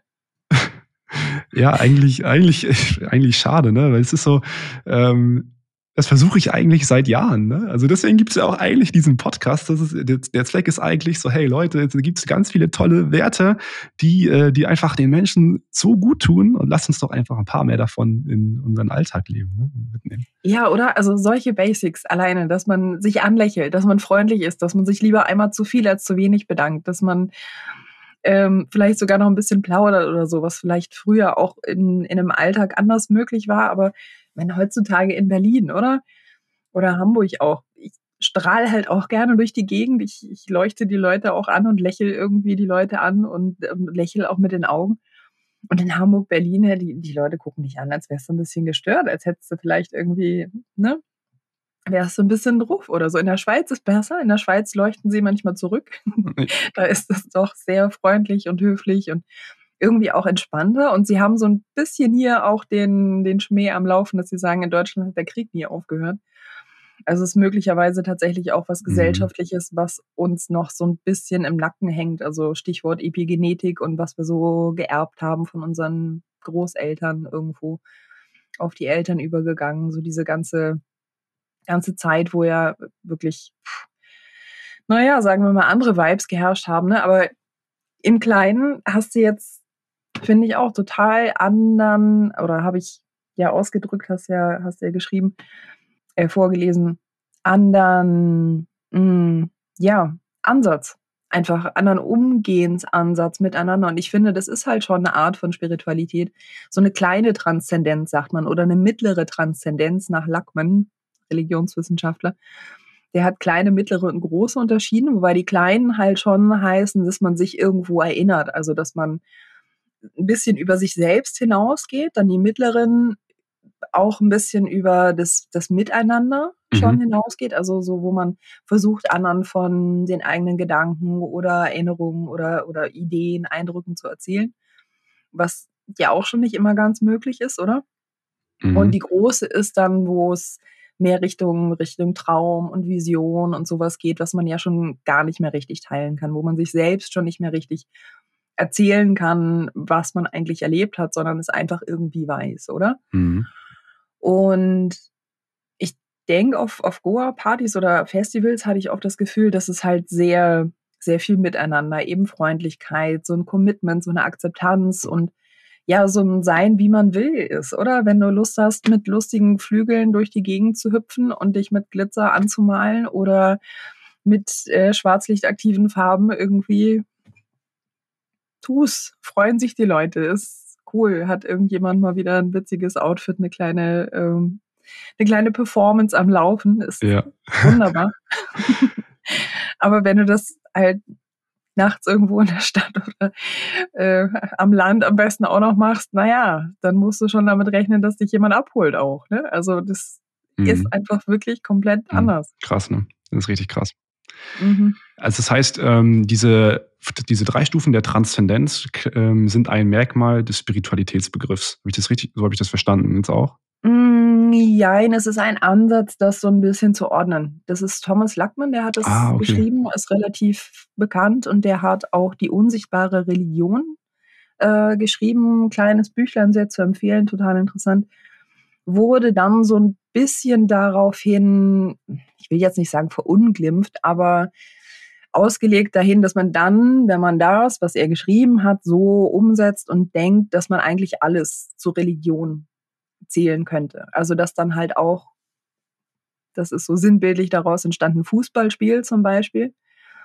ja, eigentlich schade, ne? Weil es ist so, ähm, das versuche ich eigentlich seit Jahren, ne? Also, deswegen gibt's ja auch eigentlich diesen Podcast. Das ist der Zweck ist eigentlich so: „Hey Leute, jetzt gibt's ganz viele tolle Werte, die einfach den Menschen so gut tun und lasst uns doch einfach ein paar mehr davon in unseren Alltag leben, ne, und mitnehmen.“ Ja, oder? Also, solche Basics alleine, dass man sich anlächelt, dass man freundlich ist, dass man sich lieber einmal zu viel als zu wenig bedankt, dass man, vielleicht sogar noch 'n bisschen plaudert oder so, was vielleicht früher auch in 'nem Alltag anders möglich war, aber ich meine, heutzutage in Berlin, oder Hamburg auch. Ich strahle halt auch gerne durch die Gegend. Ich leuchte die Leute auch an und lächle irgendwie die Leute an und, lächle auch mit den Augen. Und in Hamburg, Berlin, ja, die Leute gucken dich an, als wärst du 'n bisschen gestört, als hättest du vielleicht irgendwie, ne, wärst du 'n bisschen drauf oder so. In der Schweiz ist besser. In der Schweiz leuchten sie manchmal zurück. Da ist es doch sehr freundlich und höflich und irgendwie auch entspannter. Und sie haben so 'n bisschen hier auch den Schmäh am Laufen, dass sie sagen, in Deutschland hat der Krieg nie aufgehört. Also, es ist möglicherweise tatsächlich auch was Mhm. Gesellschaftliches, was uns noch so 'n bisschen im Nacken hängt. Also, Stichwort Epigenetik und was wir so geerbt haben von unseren Großeltern irgendwo auf die Eltern übergegangen. So diese ganze Zeit, wo ja wirklich, na ja, sagen wir mal, andere Vibes geherrscht haben, ne? Aber im Kleinen hast du jetzt, finde ich, auch total anderen oder habe ich ja ausgedrückt, hast ja geschrieben, vorgelesen, anderen, ja, Ansatz. Einfach anderen Umgehensansatz miteinander. Und ich finde, das ist halt schon eine Art von Spiritualität. So eine kleine Transzendenz, sagt man, oder eine mittlere Transzendenz nach Lackman, Religionswissenschaftler. Der hat kleine, mittlere und große unterschieden, wobei die kleinen halt schon heißen, dass man sich irgendwo erinnert. Also, dass man ein bisschen über sich selbst hinausgeht, dann die mittleren auch ein bisschen über das Miteinander schon Mhm. hinausgeht, also so, wo man versucht, anderen von den eigenen Gedanken oder Erinnerungen oder Ideen, Eindrücken zu erzählen, was ja auch schon nicht immer ganz möglich ist, oder? Und Mhm. die große ist dann, wo es mehr Richtung Traum und Vision und sowas geht, was man ja schon gar nicht mehr richtig teilen kann, wo man sich selbst schon nicht mehr richtig erzählen kann, was man eigentlich erlebt hat, sondern es einfach irgendwie weiß, oder? Mhm. Und ich denke, auf Goa-Partys oder Festivals hatte ich oft das Gefühl, dass es halt sehr, sehr viel miteinander, eben Freundlichkeit, so 'n Commitment, so 'ne Akzeptanz und ja, so 'n Sein, wie man will ist, oder? Wenn du Lust hast, mit lustigen Flügeln durch die Gegend zu hüpfen und dich mit Glitzer anzumalen oder mit, schwarzlichtaktiven Farben irgendwie tu's. Freuen sich die Leute, ist cool. Hat irgendjemand mal wieder 'n witziges Outfit, 'ne kleine Performance am Laufen, ist Ja. wunderbar. Aber wenn du das halt nachts irgendwo in der Stadt oder, äh, am Land am besten auch noch machst, na ja, dann musst du schon damit rechnen, dass dich jemand abholt auch, ne? Also, das ist Mhm. einfach wirklich komplett Mhm. anders. Krass, ne? Das ist richtig krass. Mhm. Also, das heißt, diese 3 Stufen der Transzendenz sind ein Merkmal des Spiritualitätsbegriffs. Habe ich das richtig so habe ich das verstanden jetzt auch? Jein, es ist ein Ansatz, das so 'n bisschen zu ordnen. Das ist Thomas Lackmann, der hat Ah, das okay. geschrieben, ist relativ bekannt und der hat auch „Die unsichtbare Religion", geschrieben. Kleines Büchlein, sehr zu empfehlen, total interessant. Wurde dann so 'n bisschen daraufhin, ich will jetzt nicht sagen verunglimpft, aber ausgelegt dahin, dass man dann, wenn man das, was er geschrieben hat, so umsetzt und denkt, dass man eigentlich alles zur Religion zählen könnte. Also, dass dann halt auch, das ist so sinnbildlich daraus entstanden, Fußballspiel zum Beispiel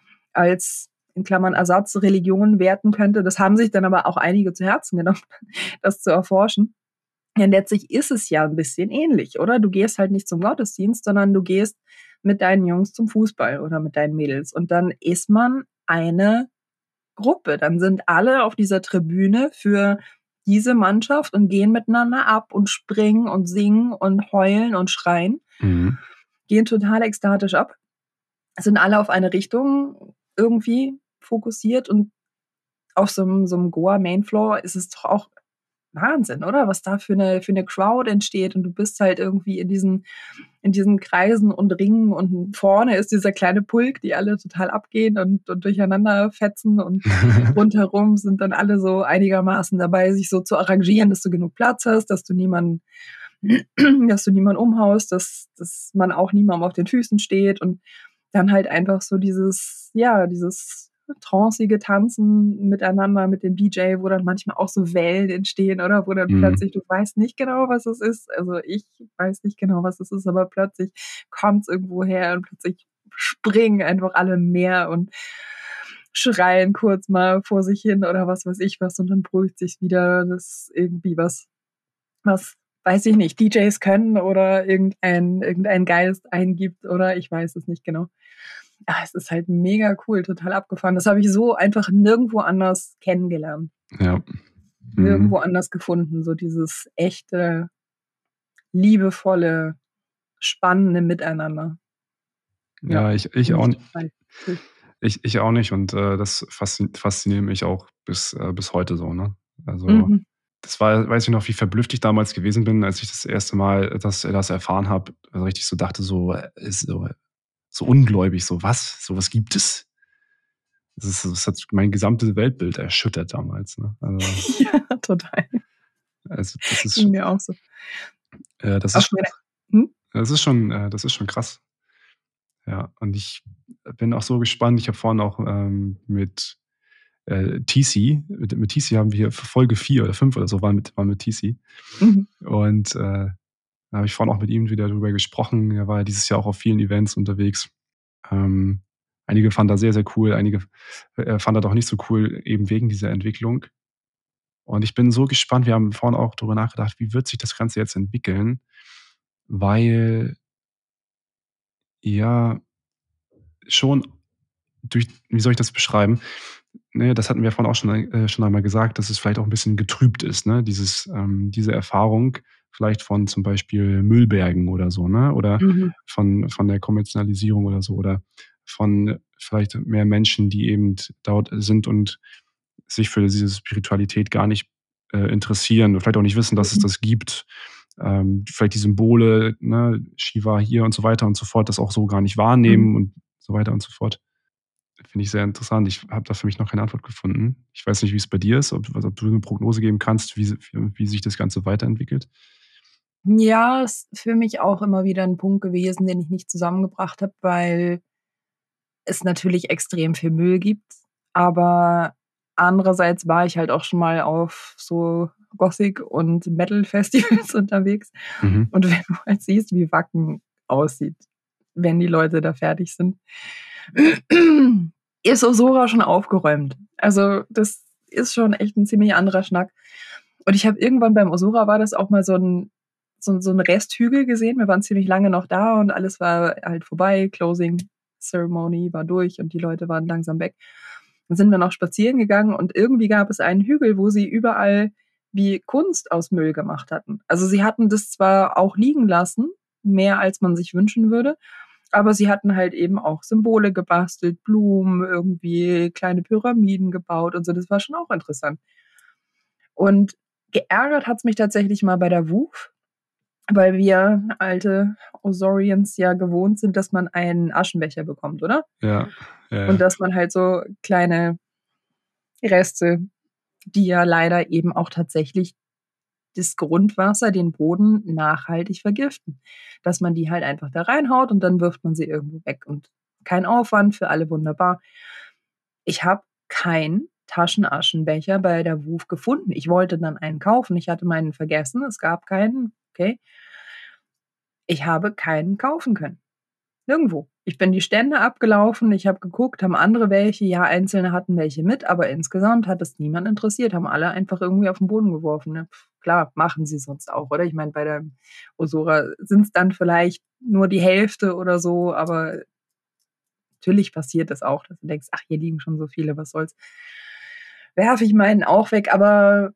als, in Klammern, Ersatzreligion werten könnte. Das haben sich dann aber auch einige zu Herzen genommen, das zu erforschen. Ja, letztlich ist es ja 'n bisschen ähnlich, oder? Du gehst halt nicht zum Gottesdienst, sondern du gehst mit deinen Jungs zum Fußball oder mit deinen Mädels und dann ist man eine Gruppe. Dann sind alle auf dieser Tribüne für diese Mannschaft und gehen miteinander ab und springen und singen und heulen und schreien, Mhm. gehen total ekstatisch ab, sind alle auf eine Richtung irgendwie fokussiert und auf so 'nem Goa Main Floor ist es doch auch Wahnsinn, oder? Was da für 'ne Crowd entsteht und du bist halt irgendwie in diesen Kreisen und Ringen und vorne ist dieser kleine Pulk, die alle total abgehen und durcheinander fetzen und rundherum sind dann alle so einigermaßen dabei, sich so zu arrangieren, dass du genug Platz hast, dass du niemanden dass du niemanden umhaust, dass man auch niemandem auf den Füßen steht und dann halt einfach so dieses trancige Tanzen miteinander mit dem DJ, wo dann manchmal auch so Wellen entstehen, oder? Wo dann Mhm. plötzlich du weißt nicht genau, was es ist. Also, ich weiß nicht genau, was es ist, aber plötzlich kommt's irgendwo her und plötzlich springen einfach alle mehr und schreien kurz mal vor sich hin oder was weiß ich was und dann beruhigt sich's wieder. Das ist irgendwie was, weiß ich nicht, DJs können oder irgendein Geist eingibt oder ich weiß es nicht genau. Es ist halt mega cool, total abgefahren. Das habe ich so einfach nirgendwo anders kennengelernt, Ja. nirgendwo Mhm. anders gefunden, so dieses echte, liebevolle, spannende Miteinander. Ja, Ja, ich finde auch ich n total cool. ich auch nicht und, das fasziniert mich auch bis heute so, ne? Also, Mhm. das war weiß ich noch, wie verblüfft ich damals gewesen bin, als ich das erste Mal das erfahren habe. Also, richtig so dachte so, ist so ungläubig, so: „Was? So was gibt es?“ Das hat mein gesamtes Weltbild erschüttert damals, ne? Also, Ja, total. Also, das ist Ging mir auch so. das ist Auf schon meiner hm? das ist schon krass. Ja, und ich bin auch so gespannt. Ich habe vorhin auch, mit, TC mit TC haben wir Folge 4 oder 5 oder so waren mit TC. Mhm. Und, da habe ich vorhin auch mit ihm wieder drüber gesprochen. Er war ja dieses Jahr auch auf vielen Events unterwegs. Ähm, einige fanden das sehr, sehr cool, einige, fanden das auch nicht so cool, eben wegen dieser Entwicklung. Und ich bin so gespannt. Wir haben vorhin auch darüber nachgedacht, wie wird sich das Ganze jetzt entwickeln? Weil ja schon durch wie soll ich das beschreiben? Ne, das hatten wir vorhin auch schon einmal gesagt, dass es vielleicht auch ein bisschen getrübt ist, ne? Diese Erfahrung vielleicht von zum Beispiel Müllbergen oder so, ne? Oder Mhm. von der Kommerzialisierung oder so oder von vielleicht mehr Menschen, die eben dort sind und sich für diese Spiritualität gar nicht, interessieren und vielleicht auch nicht wissen, dass es Mhm. das gibt. Vielleicht die Symbole, ne, Shiva hier und so weiter und so fort, das auch so gar nicht Mhm. wahrnehmen und so weiter und so fort. Finde ich sehr interessant. Ich habe da für mich noch keine Antwort gefunden. Ich weiß nicht, wie es bei dir ist, ob du 'ne Prognose geben kannst, wie sich das Ganze weiterentwickelt? Ja, ist für mich auch immer wieder 'n Punkt gewesen, den ich nicht zusammengebracht habe, weil es natürlich extrem viel Müll gibt, aber andererseits war ich halt auch schon mal auf so Gothic und Metal-Festivals unterwegs Mhm. und wenn du halt siehst, wie Wacken aussieht, wenn die Leute da fertig sind, ist Osora schon aufgeräumt. Also, das ist schon echt 'n ziemlich anderer Schnack. Und ich habe irgendwann beim Osora war das auch mal so 'n Resthügel gesehen. Wir waren ziemlich lange noch da und alles war halt vorbei. Closing Ceremony war durch und die Leute waren langsam weg. Dann sind wir noch spazieren gegangen und irgendwie gab es einen Hügel, wo sie überall wie Kunst aus Müll gemacht hatten. Also, sie hatten das zwar auch liegen lassen, mehr als man sich wünschen würde, aber sie hatten halt eben auch Symbole gebastelt, Blumen, irgendwie kleine Pyramiden gebaut und so. Das war schon auch interessant. Und geärgert hat's mich tatsächlich mal bei der WUF, weil wir alte Osorians ja gewohnt sind, dass man einen Aschenbecher bekommt, oder? Ja, ja, Und ja. dass man halt so kleine Reste, die ja leider eben auch tatsächlich das Grundwasser, den Boden nachhaltig vergiften, dass man die halt einfach da reinhaut und dann wirft man sie irgendwo weg und kein Aufwand, für alle wunderbar. Ich habe keinen Taschenaschenbecher bei der WUF gefunden. Ich wollte dann einen kaufen. Ich hatte meinen vergessen. Es gab keinen. Okay. Ich habe keinen kaufen können. Nirgendwo. Ich bin die Stände abgelaufen, ich habe geguckt, haben andere welche? Ja, Einzelne hatten welche mit, aber insgesamt hat es niemand interessiert, haben alle einfach irgendwie auf 'n Boden geworfen, ne? Klar, machen sie sonst auch, oder? Ich meine, bei der Osora sind's dann vielleicht nur die Hälfte oder so, aber natürlich passiert das auch, dass du denkst: „Ach, hier liegen schon so viele, was soll's?“ Werfe ich meinen auch weg, aber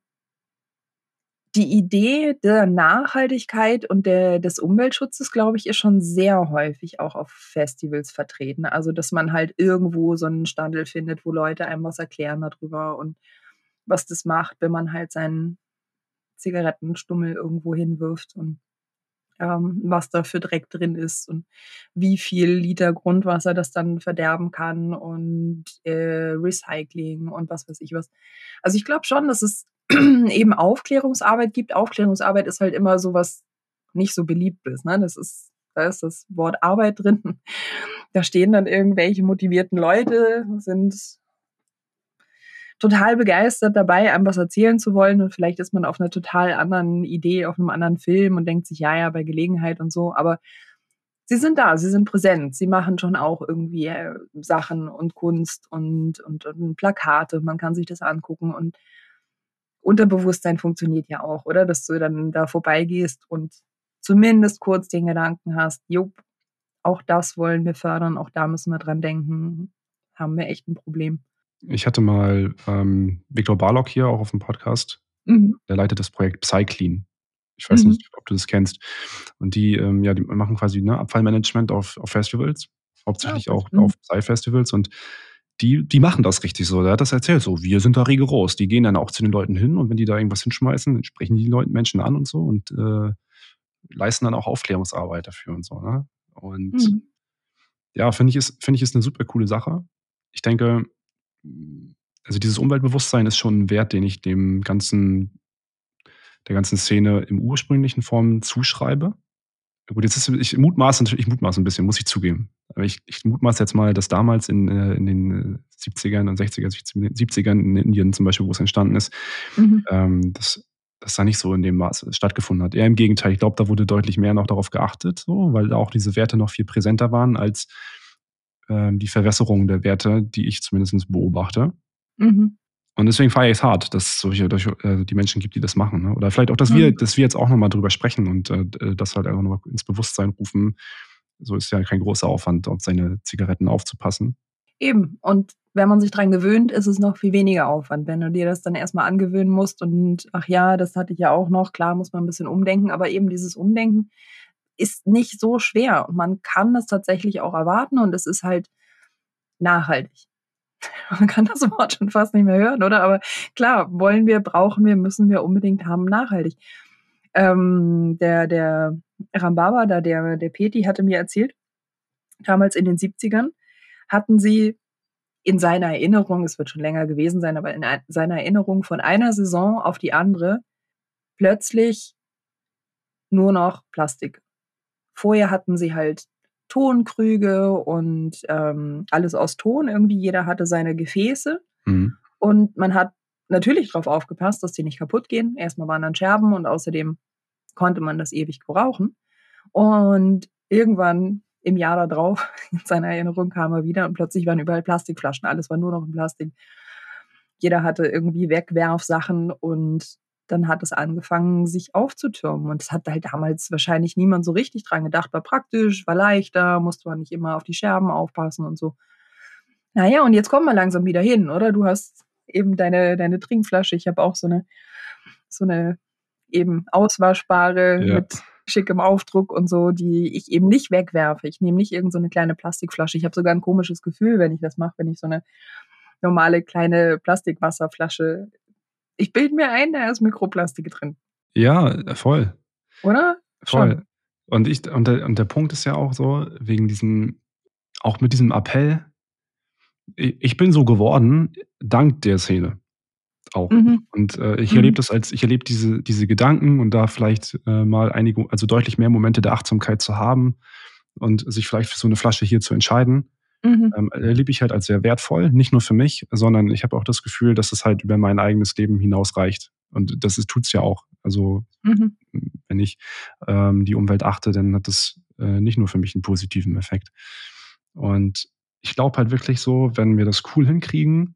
die Idee der Nachhaltigkeit und des Umweltschutzes, glaube ich, ist schon sehr häufig auch auf Festivals vertreten. Also, dass man halt irgendwo so 'n Standel findet, wo Leute einem was erklären da drüber und was das macht, wenn man halt seinen Zigarettenstummel irgendwo hinwirft und, was da für Dreck drin ist und wie viel Liter Grundwasser das dann verderben kann und, Recycling und was weiß ich was. Also, ich glaube schon, dass es eben Aufklärungsarbeit gibt. Aufklärungsarbeit ist halt immer so was nicht so Beliebtes, ne? Da ist das Wort Arbeit drin. Da stehen dann irgendwelche motivierten Leute, sind total begeistert dabei, einem was erzählen zu wollen und vielleicht ist man auf 'ner total anderen Idee, auf 'nem anderen Film und denkt sich: „Ja, ja, bei Gelegenheit“ und so, aber sie sind da, sie sind präsent. Sie machen schon auch irgendwie, Sachen und Kunst und Plakate. Man kann sich das angucken und Unterbewusstsein funktioniert ja auch, oder? Dass du dann da vorbeigehst und zumindest kurz den Gedanken hast: „Jupp, auch das wollen wir fördern, auch da müssen wir dran denken. Haben wir echt 'n Problem.“ Ich hatte mal, Viktor Barlock hier auch aufm Podcast. Mhm. Der leitet das Projekt Psyclean. Ich weiß Mhm. nicht, ob du das kennst. Und die, ja, die machen quasi, ne, Abfallmanagement auf Festivals, Ah, hauptsächlich gut. auch Mhm. auf Psy-Festivals und die machen das richtig so. Der hat das erzählt so: „Wir sind da rigoros.“ Die gehen dann auch zu den Leuten hin und wenn die da irgendwas hinschmeißen, dann sprechen die Leuten Menschen an und so und, leisten dann auch Aufklärungsarbeit dafür und so, ne? Und Mhm. ja, finde ich ist 'ne super coole Sache. Ich denke, also, dieses Umweltbewusstsein ist schon 'n Wert, den ich dem Ganzen der ganzen Szene in ursprünglichen Form zuschreibe. Gut, jetzt ist ich mutmaße ein bisschen, muss ich zugeben. Aber ich mutmaße jetzt mal, dass damals in den 70ern und 60er, 70ern in Indien zum Beispiel, wo es entstanden ist, Mhm. dass das da nicht so in dem Maße stattgefunden hat. Eher im Gegenteil. Ich glaube, da wurde deutlich mehr noch darauf geachtet, so, weil da auch diese Werte noch viel präsenter waren als, die Verwässerung der Werte, die ich zumindest beobachte. Mhm. Und deswegen feiere ich es hart, dass es die Menschen gibt, die das machen, ne? Oder vielleicht auch, Mhm. dass wir jetzt auch noch mal drüber sprechen und, das halt einfach noch mal ins Bewusstsein rufen. So ist ja kein großer Aufwand, auf seine Zigaretten aufzupassen. Eben. Und wenn man sich dran gewöhnt, ist es noch viel weniger Aufwand. Wenn du dir das dann erst mal angewöhnen musst und: „Ach ja, das hatte ich ja auch noch.“ Klar muss man 'n bisschen umdenken, aber eben dieses Umdenken ist nicht so schwer und man kann das tatsächlich auch erwarten und es ist halt nachhaltig. Man kann das Wort schon fast nicht mehr hören, oder? Aber klar, wollen wir, brauchen wir, müssen wir unbedingt haben, nachhaltig. Der Rambaba da, der Peti hatte mir erzählt, damals in den 70ern hatten sie in seiner Erinnerung, es wird schon länger gewesen sein, aber in seiner Erinnerung von einer Saison auf die andere plötzlich nur noch Plastik. Vorher hatten sie halt Tonkrüge und, alles aus Ton irgendwie. Jeder hatte seine Gefäße Mhm. und man hat natürlich drauf aufgepasst, dass die nicht kaputtgehen. Erst mal waren dann Scherben und außerdem konnte man das ewig gebrauchen. Und irgendwann im Jahr da drauf, in seiner Erinnerung kam er wieder und plötzlich waren überall Plastikflaschen. Alles war nur noch in Plastik. Jeder hatte irgendwie Wegwerfsachen und dann hat es angefangen, sich aufzutürmen. Und das hat halt damals wahrscheinlich niemand so richtig dran gedacht. War praktisch, war leichter, musste man nicht immer auf die Scherben aufpassen und so. Na ja, und jetzt kommen wir langsam wieder hin, oder? Du hast eben deine Trinkflasche. Ich habe auch so 'ne eben auswaschbare Ja. mit schickem Aufdruck und so, die ich eben nicht wegwerfe. Ich nehme nicht irgend so 'ne kleine Plastikflasche. Ich habe sogar 'n komisches Gefühl, wenn ich das mache, wenn ich so 'ne normale kleine Plastikwasserflasche, ich bilde mir ein, da ist Mikroplastik drin, Ja, voll, oder? voll. Schon. Und der Punkt ist ja auch so, wegen diesem auch mit diesem Appell, ich bin so geworden dank der Szene auch. Mhm. Und, Mhm. ich erlebe diese Gedanken und da vielleicht, mal deutlich mehr Momente der Achtsamkeit zu haben und sich vielleicht für so eine Flasche hier zu entscheiden, Mhm. erlebe ich halt als sehr wertvoll, nicht nur für mich, sondern ich habe auch das Gefühl, dass es halt über mein eigenes Leben hinaus reicht. Und das tut's ja auch. Also, Mhm. wenn ich, die Umwelt achte, dann hat das, nicht nur für mich einen positiven Effekt. Und ich glaube halt wirklich so, wenn wir das cool hinkriegen,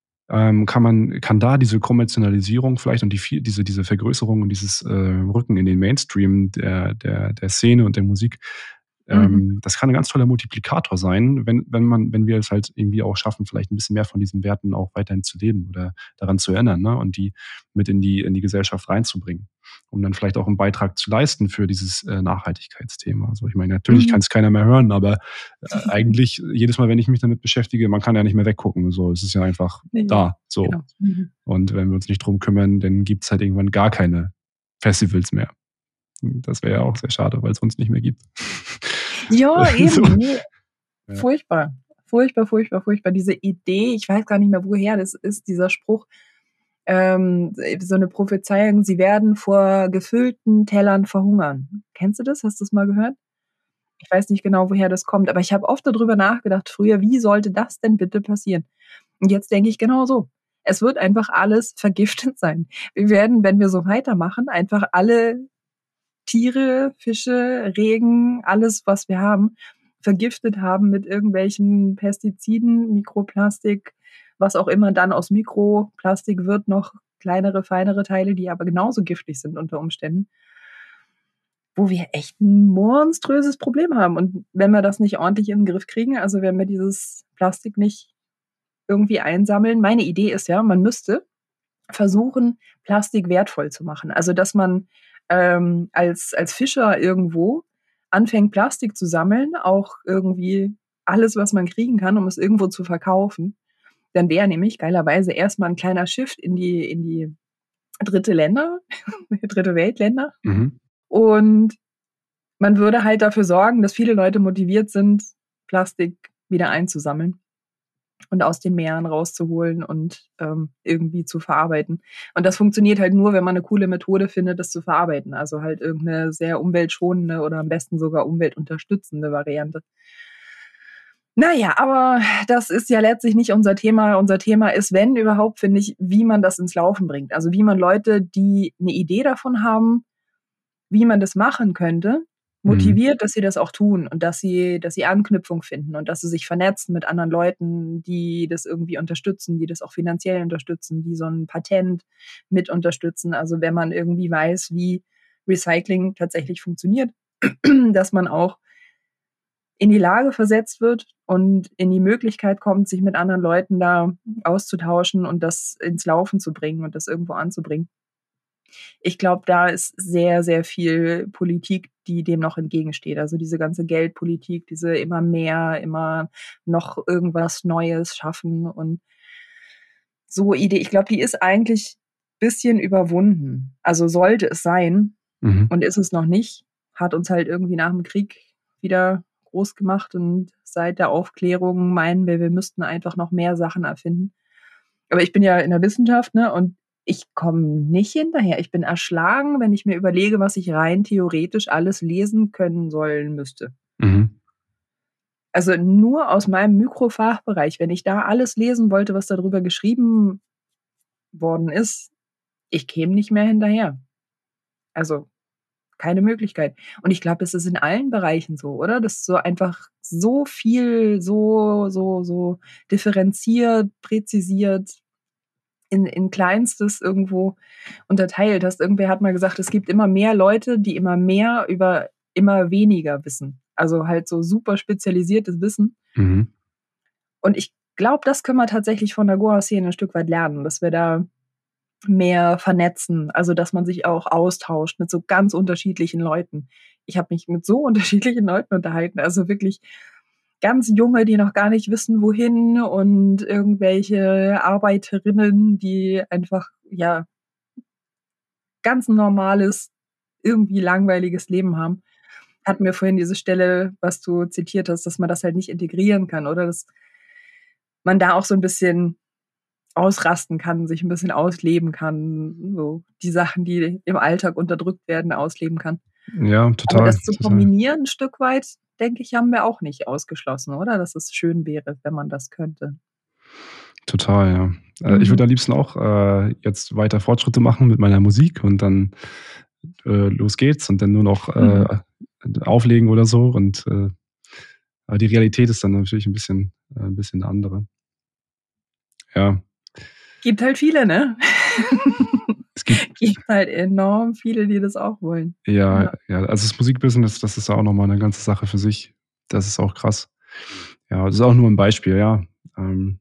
kann da diese Kommerzialisierung vielleicht und diese Vergrößerung und dieses, Rücken in den Mainstream der Szene und der Musik, Mhm. das kann ein ganz toller Multiplikator sein, wenn wir es halt irgendwie auch schaffen, vielleicht ein bisschen mehr von diesen Werten auch weiterhin zu leben oder daran zu erinnern, ne, und die mit in die Gesellschaft reinzubringen, um dann vielleicht auch einen Beitrag zu leisten für dieses, Nachhaltigkeitsthema. Also, ich meine, natürlich kann Mhm. es keiner mehr hören, aber, eigentlich jedes Mal, wenn ich mich damit beschäftige, man kann ja nicht mehr weggucken, so. Es ist ja einfach Ne, da, so. genau. Mhm. Und wenn wir uns nicht drum kümmern, dann gibt's halt irgendwann gar keine Festivals mehr. Das wäre ja auch sehr schade, weil's uns nicht mehr gibt. Ja, So. eben, ne, Ja. furchtbar. Furchtbar, furchtbar, furchtbar. Diese Idee, ich weiß gar nicht mehr, woher das ist, dieser Spruch, so 'ne Prophezeiung: „Sie werden vor gefüllten Tellern verhungern.“ Kennst du das? Hast du's mal gehört? Ich weiß nicht genau, woher das kommt, aber ich habe oft da drüber nachgedacht früher: „Wie sollte das denn bitte passieren?“ Und jetzt denke ich genau so. Es wird einfach alles vergiftet sein. Wir werden, wenn wir so weitermachen, einfach alle Tiere, Fische, Regen, alles, was wir haben, vergiftet haben mit irgendwelchen Pestiziden, Mikroplastik, was auch immer dann aus Mikroplastik wird, noch kleinere, feinere Teile, die aber genauso giftig sind unter Umständen, wo wir echt 'n monströses Problem haben. Und wenn wir das nicht ordentlich in 'n Griff kriegen, also, wenn wir dieses Plastik nicht irgendwie einsammeln, meine Idee ist ja, man müsste versuchen, Plastik wertvoll zu machen. Also, dass man, als Fischer irgendwo anfängt, Plastik zu sammeln, auch irgendwie alles, was man kriegen kann, um es irgendwo zu verkaufen. Dann wäre nämlich geilerweise erst mal 'n kleiner Shift in die dritte Länder, Dritte Weltländer. Mhm. Und man würde halt dafür sorgen, dass viele Leute motiviert sind, Plastik wieder einzusammeln. und aus den Meeren rauszuholen und irgendwie zu verarbeiten. Und das funktioniert halt nur, wenn man eine coole Methode findet, das zu verarbeiten. Also halt irgendeine sehr umweltschonende oder am besten sogar umweltunterstützende Variante. Naja, aber das ist ja letztlich nicht unser Thema. Unser Thema ist, wenn überhaupt, finde ich, wie man das ins Laufen bringt. Also wie man Leute, die eine Idee davon haben, wie man das machen könnte, Mhm. motiviert, dass sie das auch tun und dass sie Anknüpfung finden und dass sie sich vernetzen mit anderen Leuten, die das irgendwie unterstützen, die das auch finanziell unterstützen, die so 'n Patent mit unterstützen. Also, wenn man irgendwie weiß, wie Recycling tatsächlich funktioniert, dass man auch in die Lage versetzt wird und in die Möglichkeit kommt, sich mit anderen Leuten da auszutauschen und das ins Laufen zu bringen und das irgendwo anzubringen. Ich glaube, da ist sehr, sehr viel Politik, die dem noch entgegensteht. Also, diese ganze Geldpolitik, diese immer mehr, immer noch irgendwas Neues schaffen und so Idee, ich glaube, die ist eigentlich bisschen überwunden. Also, sollte es sein Mhm. und ist es noch nicht. Hat uns halt irgendwie nach dem Krieg wieder groß gemacht und seit der Aufklärung meinen wir, wir müssten einfach noch mehr Sachen erfinden. Aber ich bin ja in der Wissenschaft, ne, und ich komme nicht hinterher. Ich bin erschlagen, wenn ich mir überlege, was ich rein theoretisch alles lesen können sollen müsste. Mhm. Also, nur aus meinem Mikrofachbereich, wenn ich da alles lesen wollte, was da drüber geschrieben worden ist, ich käme nicht mehr hinterher. Also, keine Möglichkeit. Und ich glaube, das ist in allen Bereichen so, oder? Dass so einfach so viel, so differenziert, präzisiert in Kleinstes irgendwo unterteilt hast. Irgendwer hat mal gesagt, es gibt immer mehr Leute, die immer mehr über immer weniger wissen. Also halt so super spezialisiertes Wissen. Mhm. Und ich glaube, das können wir tatsächlich von der Goa-Szene 'n Stück weit lernen, dass wir da mehr vernetzen, also dass man sich auch austauscht mit so ganz unterschiedlichen Leuten. Ich habe mich mit so unterschiedlichen Leuten unterhalten, also wirklich ganz Junge, die noch gar nicht wissen, wohin und irgendwelche Arbeiterinnen, die einfach, ja, ganz normales, irgendwie langweiliges Leben haben. Hatten wir vorhin diese Stelle, was du zitiert hast, dass man das halt nicht integrieren kann, oder? Dass man da auch so 'n bisschen ausrasten kann, sich 'n bisschen ausleben kann, so die Sachen, die im Alltag unterdrückt werden, ausleben kann. Ja, Aber total, das zu total. kombinieren 'n Stück weit, denke ich, haben wir auch nicht ausgeschlossen, oder? Dass es schön wäre, wenn man das könnte. Total, ja. Ich Mhm. würde am liebsten auch, jetzt weiter Fortschritte machen mit meiner Musik und dann, los geht's und dann nur noch, Mhm. auflegen oder so und, aber die Realität ist dann natürlich 'n bisschen 'ne andere. Ja, Gibt halt viele, ne? es gibt Gibt halt enorm viele, die das auch wollen. ja, Ja. ja, also das Musikbusiness, das ist ja auch noch mal 'ne ganze Sache für sich. Das ist auch krass. Ja, das ist auch nur 'n Beispiel, ja. Ähm,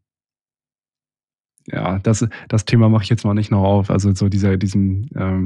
ja, das Thema mache ich jetzt mal nicht noch auf. Also, so diesen,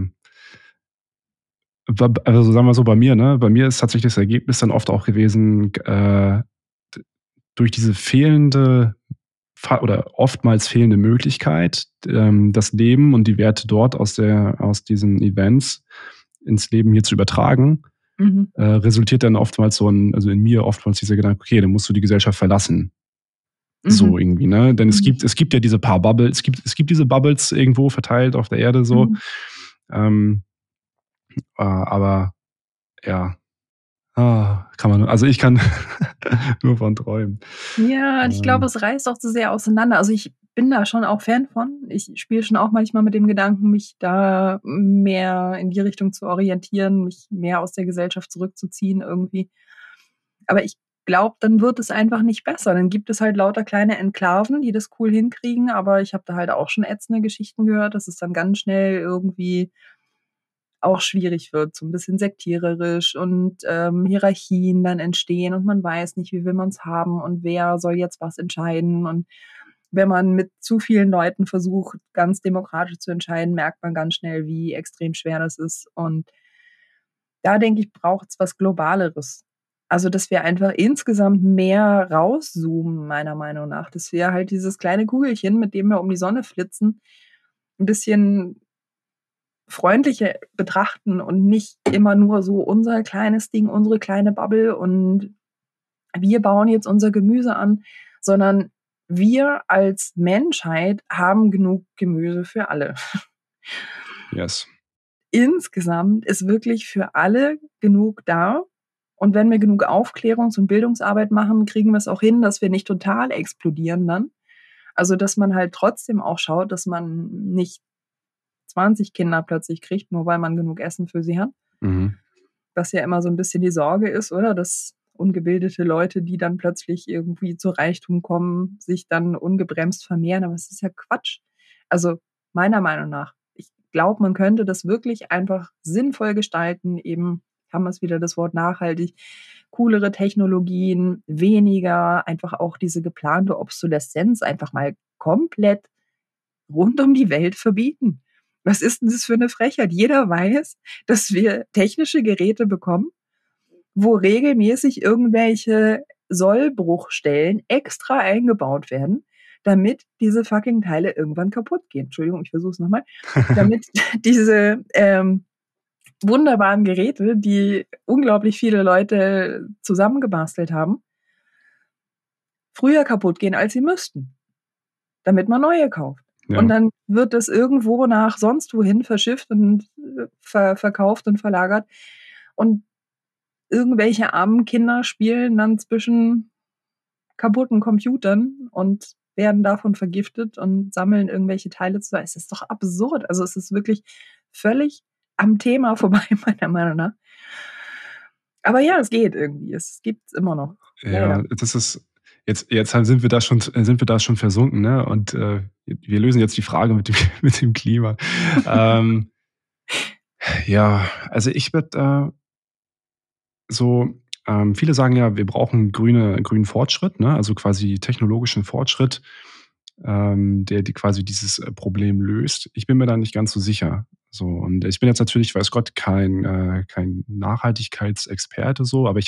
also sagen wir so, bei mir, ne? Bei mir ist tatsächlich das Ergebnis dann oft auch gewesen, d durch diese fehlende oder oftmals fehlende Möglichkeit, das Leben und die Werte dort aus diesen Events ins Leben hier zu übertragen, Mhm. resultiert dann oftmals also in mir oftmals dieser Gedanke: „Okay, dann musst du die Gesellschaft verlassen.“ So Mhm. irgendwie, ne? Denn es Mhm. gibt es gibt ja diese paar Bubbles, es gibt diese Bubbles irgendwo verteilt auf der Erde so, Mhm. ähm, aber ja, kann man, also ich kann nur von träumen. Ja, und ich glaube, Ähm, es reißt auch zu sehr auseinander. Also, ich bin da schon auch Fan von. Ich spiele schon auch manchmal mit dem Gedanken, mich da mehr in die Richtung zu orientieren, mich mehr aus der Gesellschaft zurückzuziehen irgendwie. Aber ich glaube, dann wird es einfach nicht besser. Dann gibt es halt lauter kleine Enklaven, die das cool hinkriegen, aber ich habe da halt auch schon ätzende Geschichten gehört, dass es dann ganz schnell irgendwie auch schwierig wird, so 'n bisschen sektiererisch und, Hierarchien dann entstehen und man weiß nicht, wie will man's haben und wer soll jetzt was entscheiden. Und wenn man mit zu vielen Leuten versucht, ganz demokratisch zu entscheiden, merkt man ganz schnell, wie extrem schwer das ist. Und da denke ich, braucht's was Globaleres. Also, dass wir einfach insgesamt mehr rauszoomen, meiner Meinung nach, dass wir halt dieses kleine Kugelchen, mit dem wir um die Sonne flitzen, 'n bisschen freundlicher betrachten und nicht immer nur so unser kleines Ding, unsere kleine Bubble und wir bauen jetzt unser Gemüse an, sondern wir als Menschheit haben genug Gemüse für alle. Yes. Insgesamt ist wirklich für alle genug da. Und wenn wir genug Aufklärungs- und Bildungsarbeit machen, kriegen wir es auch hin, dass wir nicht total explodieren dann. Also, dass man halt trotzdem auch schaut, dass man nicht 20 Kinder plötzlich kriegt, nur weil man genug Essen für sie hat. Mhm. Was ja immer so 'n bisschen die Sorge ist, oder? Dass ungebildete Leute, die dann plötzlich irgendwie zu Reichtum kommen, sich dann ungebremst vermehren, aber es ist ja Quatsch. Also, meiner Meinung nach. Ich glaube, man könnte das wirklich einfach sinnvoll gestalten, eben haben wir's wieder das Wort nachhaltig, coolere Technologien, weniger, einfach auch diese geplante Obsoleszenz einfach mal komplett rund um die Welt verbieten. Was ist 'n das für 'ne Frechheit? Jeder weiß, dass wir technische Geräte bekommen, wo regelmäßig irgendwelche Sollbruchstellen extra eingebaut werden, damit diese fucking Teile irgendwann kaputtgehen. Entschuldigung, ich versuche es noch mal. Damit diese, wunderbaren Geräte, die unglaublich viele Leute zusammengebastelt haben früher kaputtgehen, als sie müssten, damit man neue kauft. Und Ja. dann wird das irgendwo nach sonst wohin verschifft und, verkauft und verlagert. Und irgendwelche armen Kinder spielen dann zwischen kaputten Computern und werden davon vergiftet und sammeln irgendwelche Teile zusammen. Es ist doch absurd. Also, es ist wirklich völlig am Thema vorbei, meiner Meinung nach. Aber ja, es geht irgendwie. Es gibt's immer noch, Ja, leider. das ist jetzt halt sind wir da schon versunken, ne? Und, wir lösen jetzt die Frage mit dem mit dem Klima. Ähm, ja, also ich würde, so viele sagen ja, wir brauchen grünen Fortschritt, ne? Also quasi technologischen Fortschritt, der quasi dieses, Problem löst. Ich bin mir da nicht ganz so sicher. So, und ich bin jetzt natürlich, weiß Gott, kein Nachhaltigkeitsexperte so, aber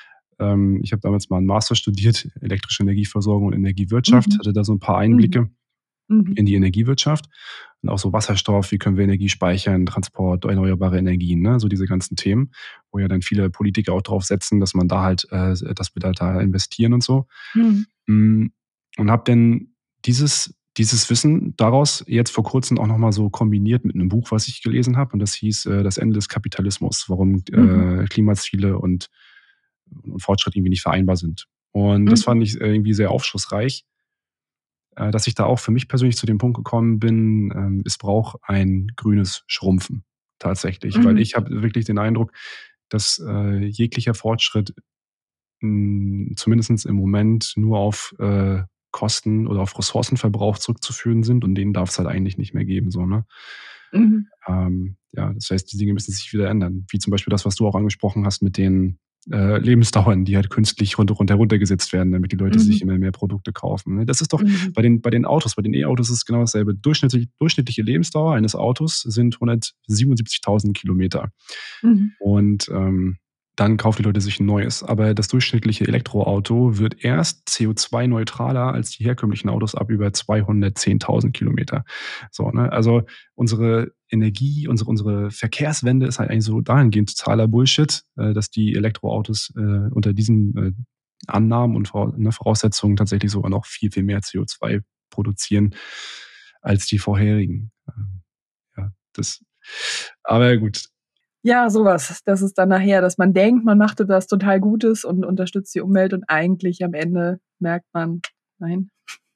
ich habe damals mal 'n Master studiert, elektrische Energieversorgung und Energiewirtschaft, Mhm. hatte da so 'n paar Mhm. Einblicke Mhm. in die Energiewirtschaft und auch so Wasserstoff, wie können wir Energie speichern, Transport, erneuerbare Energien, ne? So diese ganzen Themen, wo ja dann viele Politiker auch drauf setzen, dass man da halt dass wir da investieren und so. Mhm. Und habe dann dieses Wissen daraus jetzt vor Kurzem auch noch mal so kombiniert mit 'nem Buch, was ich gelesen habe, und das hieß, „Das Ende des Kapitalismus: Warum, Mhm. Klimaziele und Fortschritt irgendwie nicht vereinbar sind.“ Und das Mhm. fand ich irgendwie sehr aufschlussreich, dass ich da auch für mich persönlich zu dem Punkt gekommen bin, es braucht ein grünes Schrumpfen tatsächlich, weil Mhm. ich habe wirklich den Eindruck, dass, jeglicher Fortschritt, zumindestens im Moment nur auf, Kosten oder auf Ressourcenverbrauch zurückzuführen sind und den darf es halt eigentlich nicht mehr geben so, ne? Mhm. Ja, das heißt, die Dinge müssen sich wieder ändern, wie zum Beispiel das, was du auch angesprochen hast mit den, Lebensdauern, die halt künstlich heruntergesetzt werden, damit die Leute sich Mhm. immer mehr Produkte kaufen, ne? Das ist doch Mhm. bei den Autos, bei den E-Autos ist es genau dasselbe. Durchschnittliche Lebensdauer eines Autos sind 177.000 Kilometer. Mhm. Und, dann kaufen die Leute sich 'n neues. Aber das durchschnittliche Elektroauto wird erst CO2-neutraler als die herkömmlichen Autos ab über 210.000 Kilometer. So, ne? Also, unsere Energie, unsere Verkehrswende ist halt eigentlich so dahingehend totaler Bullshit, dass die Elektroautos, unter diesen, Annahmen und Voraussetzungen tatsächlich sogar noch viel, viel mehr CO2 produzieren als die vorherigen. Ja, das aber gut. Ja, so was. Das ist dann nachher, dass man denkt, man macht etwas total Gutes und unterstützt die Umwelt und eigentlich am Ende merkt man, nein,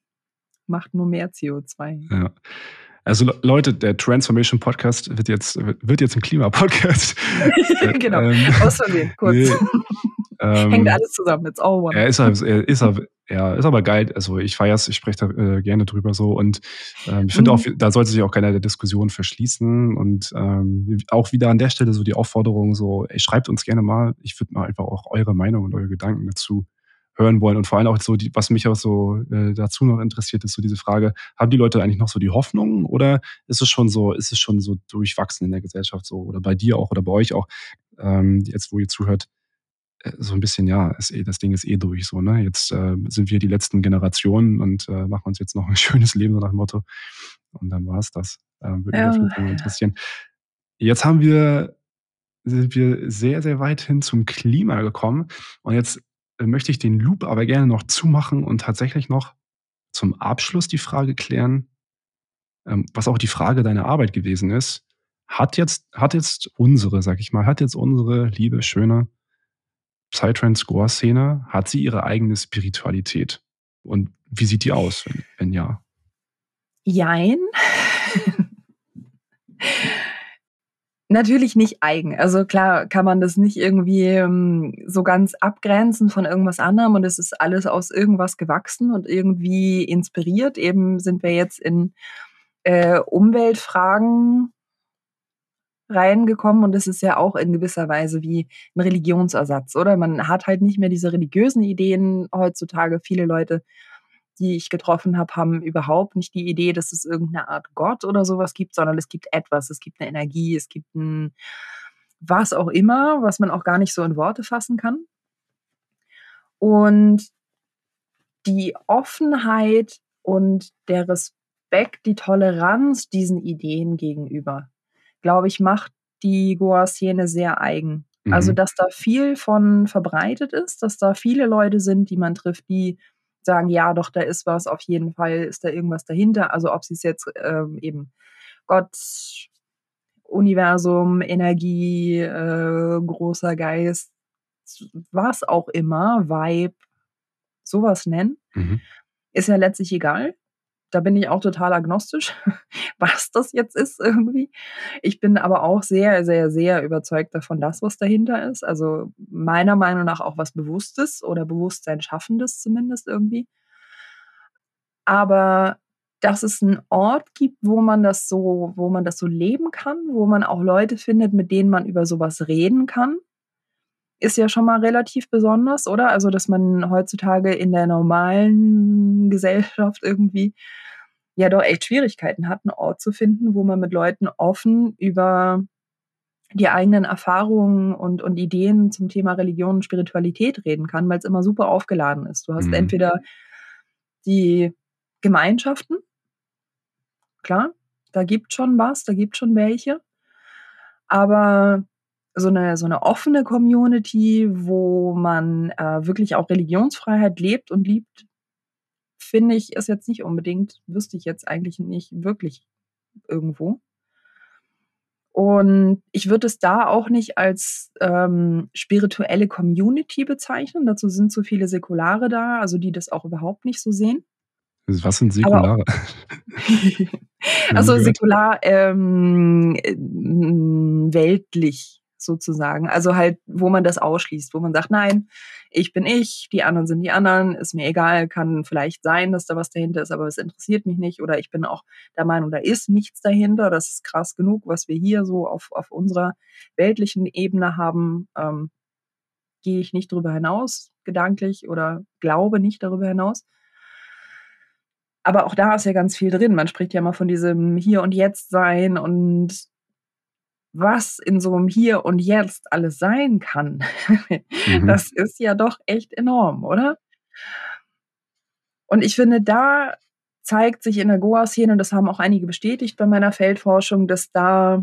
macht nur mehr CO2. Ja. Also, Leute, der Transformation Podcast wird jetzt 'n Klima-Podcast. Genau, aus Versehen, kurz. Ne, Hängt ähm, alles zusammen, it's all one. er ist halt ja, ist aber geil. Also, ich feier's, ich spreche da, gerne drüber so und, ich finde auch, Mhm. da sollte sich auch keiner der Diskussion verschließen und, auch wieder an der Stelle so die Aufforderung so: „Ey, schreibt uns gerne mal.“ Ich würde mal einfach auch eure Meinung und eure Gedanken dazu hören wollen und vor allem auch so was mich auch so, dazu noch interessiert, ist so diese Frage: Haben die Leute eigentlich noch so die Hoffnung oder ist es schon so durchwachsen in der Gesellschaft so oder bei dir auch oder bei euch auch, jetzt, wo ihr zuhört, so ein bisschen, ja, das Ding ist durch so, ne? Jetzt, sind wir die letzten Generationen und, machen uns jetzt noch ein schönes Leben, so nach dem Motto. Und dann war's das. Würde mich auf jeden Ja. Fall mal interessieren. Jetzt sind wir sehr, sehr weit hin zum Klima gekommen und jetzt, möchte ich den Loop aber gerne noch zumachen und tatsächlich noch zum Abschluss die Frage klären, was auch die Frage deiner Arbeit gewesen ist. Hat jetzt unsere, sag ich mal, hat jetzt unsere liebe, schöne Psytrance-Score-Szene, hat sie ihre eigene Spiritualität? Und wie sieht die aus, wenn ja? Jein. Natürlich nicht eigen. Also klar kann man das nicht irgendwie, so ganz abgrenzen von irgendwas anderem und es ist alles aus irgendwas gewachsen und irgendwie inspiriert. Eben sind wir jetzt in, Umweltfragen reingekommen und es ist ja auch in gewisser Weise wie 'n Religionsersatz, oder? Man hat halt nicht mehr diese religiösen Ideen heutzutage. Viele Leute, die ich getroffen habe, haben überhaupt nicht die Idee, dass es irgend 'ne Art Gott oder so was gibt, sondern es gibt etwas. Es gibt 'ne Energie, es gibt 'n was auch immer, was man auch gar nicht so in Worte fassen kann. Und die Offenheit und der Respekt, die Toleranz diesen Ideen gegenüber, glaube ich, macht die Goa-Szene sehr eigen. Also, Mhm. dass da viel von verbreitet ist, dass da viele Leute sind, die man trifft, die sagen: „Ja, doch, da ist was, auf jeden Fall ist da irgendwas dahinter.“ Also, ob sie's jetzt, eben Gott, Universum, Energie, großer Geist, was auch immer, Vibe, so was nennen, Mhm. ist ja letztlich egal. Da bin ich auch total agnostisch, was das jetzt ist irgendwie. Ich bin aber auch sehr, sehr, sehr überzeugt davon, dass was dahinter ist. Also, meiner Meinung nach auch was Bewusstes oder Bewusstseinsschaffendes zumindest irgendwie. Aber dass es 'n Ort gibt, wo man das so leben kann, wo man auch Leute findet, mit denen man über so was reden kann, ist ja schon mal relativ besonders, oder? Also, dass man heutzutage in der normalen Gesellschaft irgendwie ja doch echt Schwierigkeiten hat, 'n Ort zu finden, wo man mit Leuten offen über die eigenen Erfahrungen und Ideen zum Thema Religion und Spiritualität reden kann, weil's immer super aufgeladen ist. Du hast Mhm. entweder die Gemeinschaften, klar, da gibt's schon was, da gibt's schon welche, aber so 'ne offene Community, wo man, wirklich auch Religionsfreiheit lebt und liebt, finde ich, ist jetzt nicht unbedingt wüsste ich jetzt eigentlich nicht wirklich irgendwo. Und ich würde es da auch nicht als, spirituelle Community bezeichnen. Dazu sind zu viele Säkulare da, also die das auch überhaupt nicht so sehen. Was sind Aber Säkulare? Noch nie also gehört. säkular, weltlich sozusagen. Also halt, wo man das ausschließt, wo man sagt: „Nein, ich bin ich, die anderen sind die anderen, ist mir egal, kann vielleicht sein, dass da was dahinter ist, aber es interessiert mich nicht.“ Oder ich bin auch der Meinung, da ist nichts dahinter. Das ist krass genug, was wir hier so auf unserer weltlichen Ebene haben. Gehe ich nicht drüber hinaus gedanklich oder glaube nicht darüber hinaus. Aber auch da ist ja ganz viel drin. Man spricht ja immer von diesem Hier und Jetzt sein und was in so 'nem Hier und Jetzt alles sein kann, Mhm. das ist ja doch echt enorm, oder? Und ich finde, da zeigt sich in der Goa-Szene, und das haben auch einige bestätigt bei meiner Feldforschung, dass da,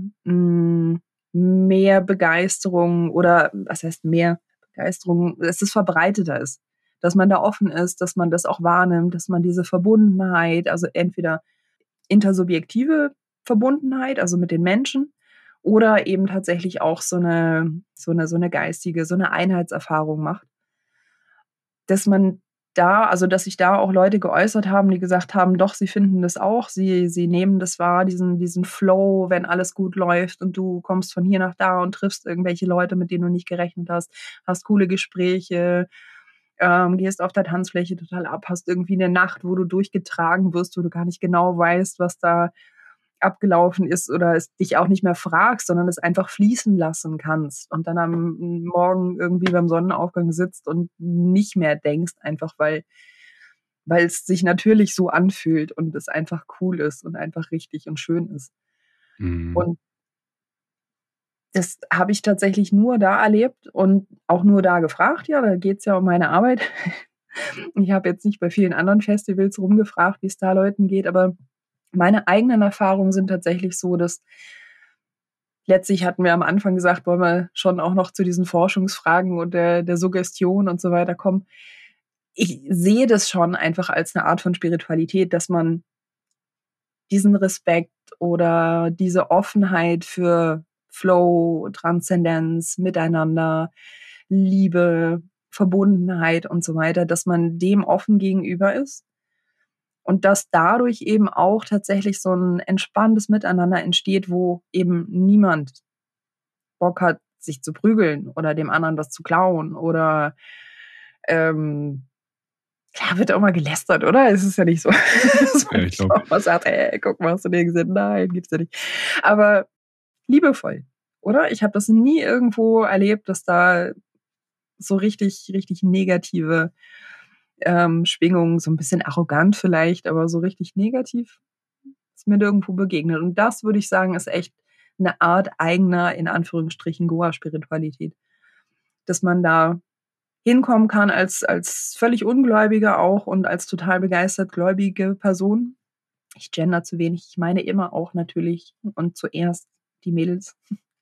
mehr Begeisterung oder was heißt mehr Begeisterung, dass es verbreiteter ist, dass man da offen ist, dass man das auch wahrnimmt, dass man diese Verbundenheit, also entweder intersubjektive Verbundenheit, also mit den Menschen, oder eben tatsächlich auch so 'ne geistige, so 'ne Einheitserfahrung macht. Dass man da also, dass sich da auch Leute geäußert haben, die gesagt haben, doch, sie finden das auch. Sie nehmen das wahr, diesen Flow, wenn alles gut läuft und du kommst von hier nach da und triffst irgendwelche Leute, mit denen du nicht gerechnet hast coole Gespräche, gehst auf der Tanzfläche total ab, hast irgendwie 'ne Nacht, wo du durchgetragen wirst, wo du gar nicht genau weißt, was da abgelaufen ist oder es dich auch nicht mehr fragst, sondern es einfach fließen lassen kannst und dann am Morgen irgendwie beim Sonnenaufgang sitzt und nicht mehr denkst, einfach weil's sich natürlich so anfühlt und es einfach cool ist und einfach richtig und schön ist. Mhm. Und das habe ich tatsächlich nur da erlebt und auch nur da gefragt. Ja, da geht's ja um meine Arbeit. Ich habe jetzt nicht bei vielen anderen Festivals rumgefragt, wie's da Leuten geht, aber meine eigenen Erfahrungen sind tatsächlich so, dass letztlich hatten wir am Anfang gesagt, wollen wir schon auch noch zu diesen Forschungsfragen und der Suggestion und so weiter kommen. ich sehe das schon einfach als 'ne Art von Spiritualität, dass man diesen Respekt oder diese Offenheit für Flow, Transzendenz, Miteinander, Liebe, Verbundenheit und so weiter, dass man dem offen gegenüber ist und dass dadurch eben auch tatsächlich so 'n entspanntes Miteinander entsteht, wo eben niemand Bock hat, sich zu prügeln oder dem anderen was zu klauen oder, ähm klar wird auch mal gelästert, oder? Es ist ja nicht so, dass Ja, man ich nicht glaube auch mal sagt: „Ey, guck mal, hast du den gesehen?“ Nein, gibt's ja nicht. Aber liebevoll, oder? Ich habe das nie irgendwo erlebt, dass da so richtig negative, Schwingungen, so 'n bisschen arrogant vielleicht, aber so richtig negativ ist mir nirgendwo begegnet. Und das würde ich sagen, ist echt 'ne Art eigener, in Anführungsstrichen, Goa-Spiritualität, dass man da hinkommen kann als völlig Ungläubiger auch und als total begeistert gläubige Person. Ich gender zu wenig. Ich meine immer auch natürlich und zuerst die Mädels.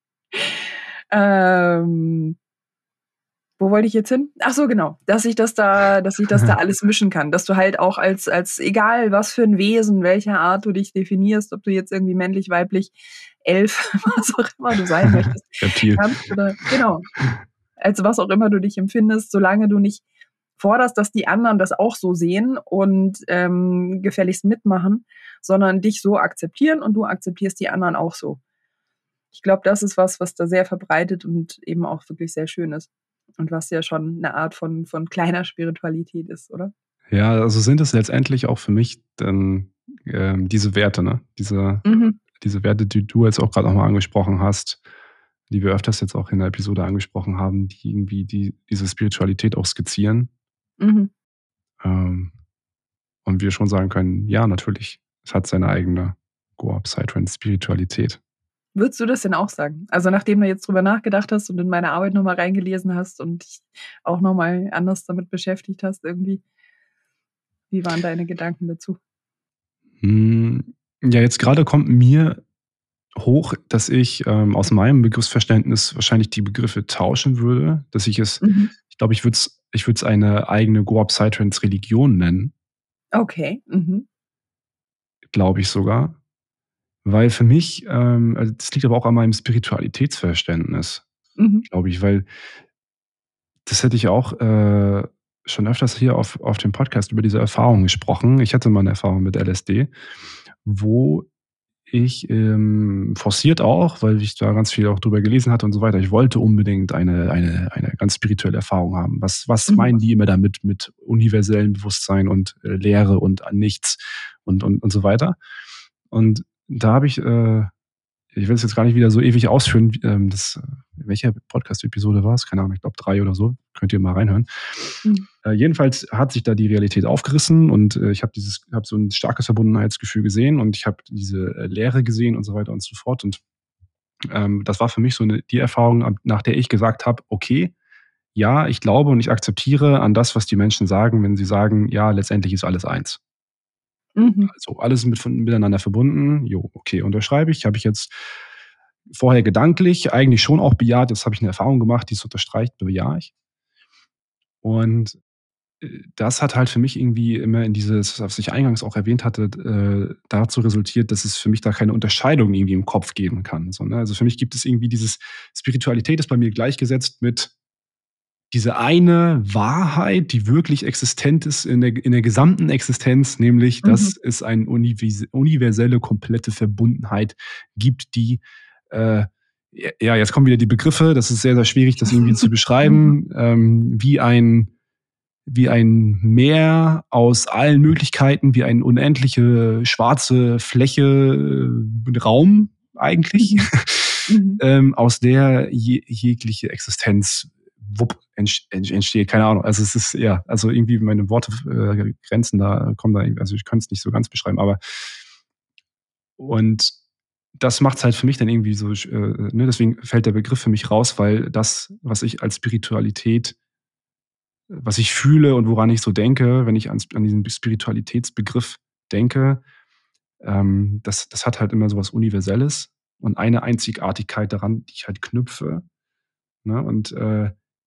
Ähm, wo wollte ich jetzt hin? Ach so, genau, dass ich das da alles mischen kann, dass du halt auch als egal was für 'n Wesen, welcher Art du dich definierst, ob du jetzt irgendwie männlich, weiblich, Elf, was auch immer du sein möchtest, Reptil. kannst oder genau, als was auch immer du dich empfindest, solange du nicht forderst, dass die anderen das auch so sehen und, gefälligst mitmachen, sondern dich so akzeptieren und du akzeptierst die anderen auch so. Ich glaube, das ist was, was da sehr verbreitet und eben auch wirklich sehr schön ist und was ja schon 'ne Art von kleiner Spiritualität ist, oder? Ja, also sind es letztendlich auch für mich dann, diese Werte, ne? Mhm, Diese Werte, die du jetzt auch grad noch mal angesprochen hast, die wir öfters jetzt auch in der Episode angesprochen haben, die irgendwie diese Spiritualität auch skizzieren. mhm. Ähm, und wir schon sagen können: „Ja, natürlich, es hat seine eigene Goa Psytrance Spiritualität.“ Würdest du das denn auch sagen? Also, nachdem du jetzt drüber nachgedacht hast und in meine Arbeit noch mal reingelesen hast und dich auch noch mal anders damit beschäftigt hast irgendwie, wie waren deine Gedanken dazu? Ja, jetzt grade kommt mir hoch, dass ich, aus meinem Begriffsverständnis wahrscheinlich die Begriffe tauschen würde, dass Mhm. ich glaube, ich würde es eine eigene Goa Psytrance Religion nennen, Okay, mhm, glaube ich sogar. Weil für mich, also, das liegt aber auch an meinem Spiritualitätsverständnis, mhm, glaube ich, weil das hätte ich auch, schon öfters hier auf dem Podcast über diese Erfahrung gesprochen. Ich hatte mal 'ne Erfahrung mit LSD, wo ich, forciert auch, weil ich da ganz viel auch drüber gelesen hatte und so weiter. Ich wollte unbedingt eine ganz spirituelle Erfahrung haben. Was mhm, meinen die immer damit mit universellem Bewusstsein und, Leere und an nichts und so weiter. Und da habe ich, ich will es jetzt gar nicht wieder so ewig ausführen, welche Podcast-Episode war es? Keine Ahnung, ich glaube 3 oder so. Könnt ihr mal reinhören. mhm, Jedenfalls hat sich da die Realität aufgerissen und, ich habe so ein starkes Verbundenheitsgefühl gesehen und ich habe diese, Leere gesehen und so weiter und so fort. Und, das war für mich so die Erfahrung, nach der ich gesagt habe: „Okay, ja, ich glaube und ich akzeptiere an das, was die Menschen sagen, wenn sie sagen: ‚Ja, letztendlich ist alles eins.‘“ mhm, Also, alles miteinander verbunden. Jo, okay, unterschreibe ich. Habe ich jetzt vorher gedanklich eigentlich schon auch bejaht. Jetzt habe ich eine Erfahrung gemacht, die es unterstreicht, bejahe ich. Und, das hat halt für mich irgendwie immer in dieses, was ich eingangs auch erwähnt hatte, dazu resultiert, dass es für mich da keine Unterscheidung irgendwie im Kopf geben kann, so, ne? Also, für mich gibt es irgendwie dieses Spiritualität ist bei mir gleichgesetzt mit diese eine Wahrheit, die wirklich existent ist in der gesamten Existenz, nämlich, mhm, dass es eine universelle, komplette Verbundenheit gibt, die, äh, ja, jetzt kommen wieder die Begriffe, das ist sehr, sehr schwierig, das irgendwie zu mhm, beschreiben, wie ein Meer aus allen Möglichkeiten, wie eine unendliche schwarze Fläche, Raum eigentlich, mhm, mhm, aus der jegliche Existenz entsteht. Keine Ahnung. Also es ist ja, also irgendwie meine Worte grenzen da, kommen da, also ich könnte es nicht so ganz beschreiben, aber und das macht es halt für mich dann irgendwie so, ne, deswegen fällt der Begriff für mich raus, weil das, was ich als Spiritualität, was ich fühle und woran ich so denke, wenn ich an diesen Spiritualitätsbegriff denke, das hat halt immer so was Universelles und eine Einzigartigkeit daran, die ich halt knüpfe, ne? Und,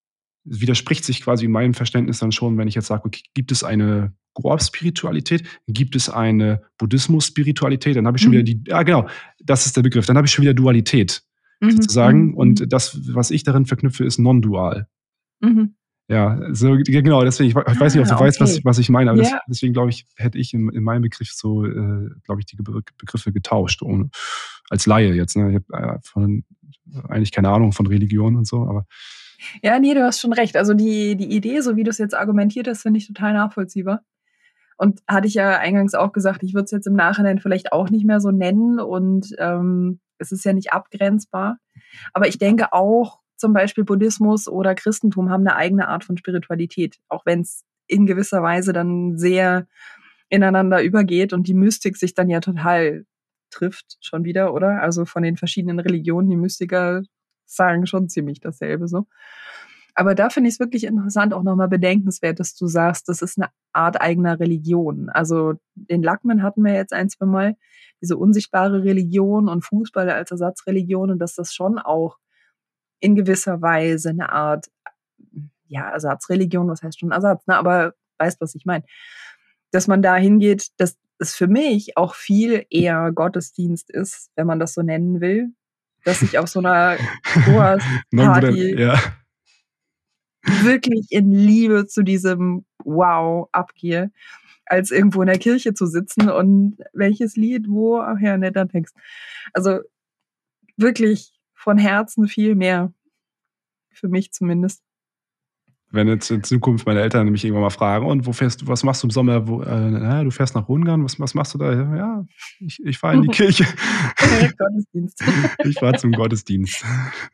widerspricht sich quasi in meinem Verständnis dann schon, wenn ich jetzt sage: „Okay, gibt es eine Goa-Spiritualität? Gibt es eine Buddhismus-Spiritualität?“ Dann habe ich schon wieder Mhm. die genau, das ist der Begriff. Dann habe ich schon wieder Dualität Mhm, mhm, sozusagen mhm. und das, was ich darin verknüpfe, ist non-dual. Mhm. Ja, so genau, deswegen, ich weiß nicht, ob du weißt, Okay. was ich meine, aber Ja. deswegen glaube ich, hätte ich in meinem Begriff so, glaube ich, die Begriffe getauscht, ohne als Laie jetzt, ne? Ich habe, eigentlich keine Ahnung von Religion und so, aber Ja, ne, du hast schon recht. Also, die Idee, so wie du's jetzt argumentiert hast, finde ich total nachvollziehbar. Und hatte ich ja eingangs auch gesagt, ich würde es jetzt im Nachhinein vielleicht auch nicht mehr so nennen und, es ist ja nicht abgrenzbar. Aber ich denke auch, zum Beispiel Buddhismus oder Christentum haben 'ne eigene Art von Spiritualität, auch wenn's in gewisser Weise dann sehr ineinander übergeht und die Mystik sich dann ja total trifft schon wieder, oder? Also, von den verschiedenen Religionen, die Mystiker sagen schon ziemlich dasselbe so. Aber da finde ich's wirklich interessant, auch noch mal bedenkenswert, dass du sagst, das ist 'ne Art eigener Religion. Also, den Lackman hatten wir jetzt ein, zweimal, diese unsichtbare Religion und Fußball als Ersatzreligion und dass das schon auch in gewisser Weise 'ne Art, ja, Ersatzreligion, was heißt schon Ersatz, ne, aber weißt, was ich meine. Dass man da hingeht, dass es für mich auch viel eher Gottesdienst ist, wenn man das so nennen will, dass ich auf so 'ner Non-Buddha Goas-Party ja. wirklich in Liebe zu diesem Wow abgehe, als irgendwo in der Kirche zu sitzen und welches Lied, wo? Ach ja, netter Text. Also, wirklich von Herzen viel mehr, für mich zumindest. Wenn jetzt in Zukunft meine Eltern mich irgendwann mal fragen: „Und wo fährst du was machst du im Sommer? Wo du fährst nach Ungarn, was machst du da?“ „Ja, ich fahre in die Kirche. Gottesdienst. Ich fahre zum Gottesdienst.“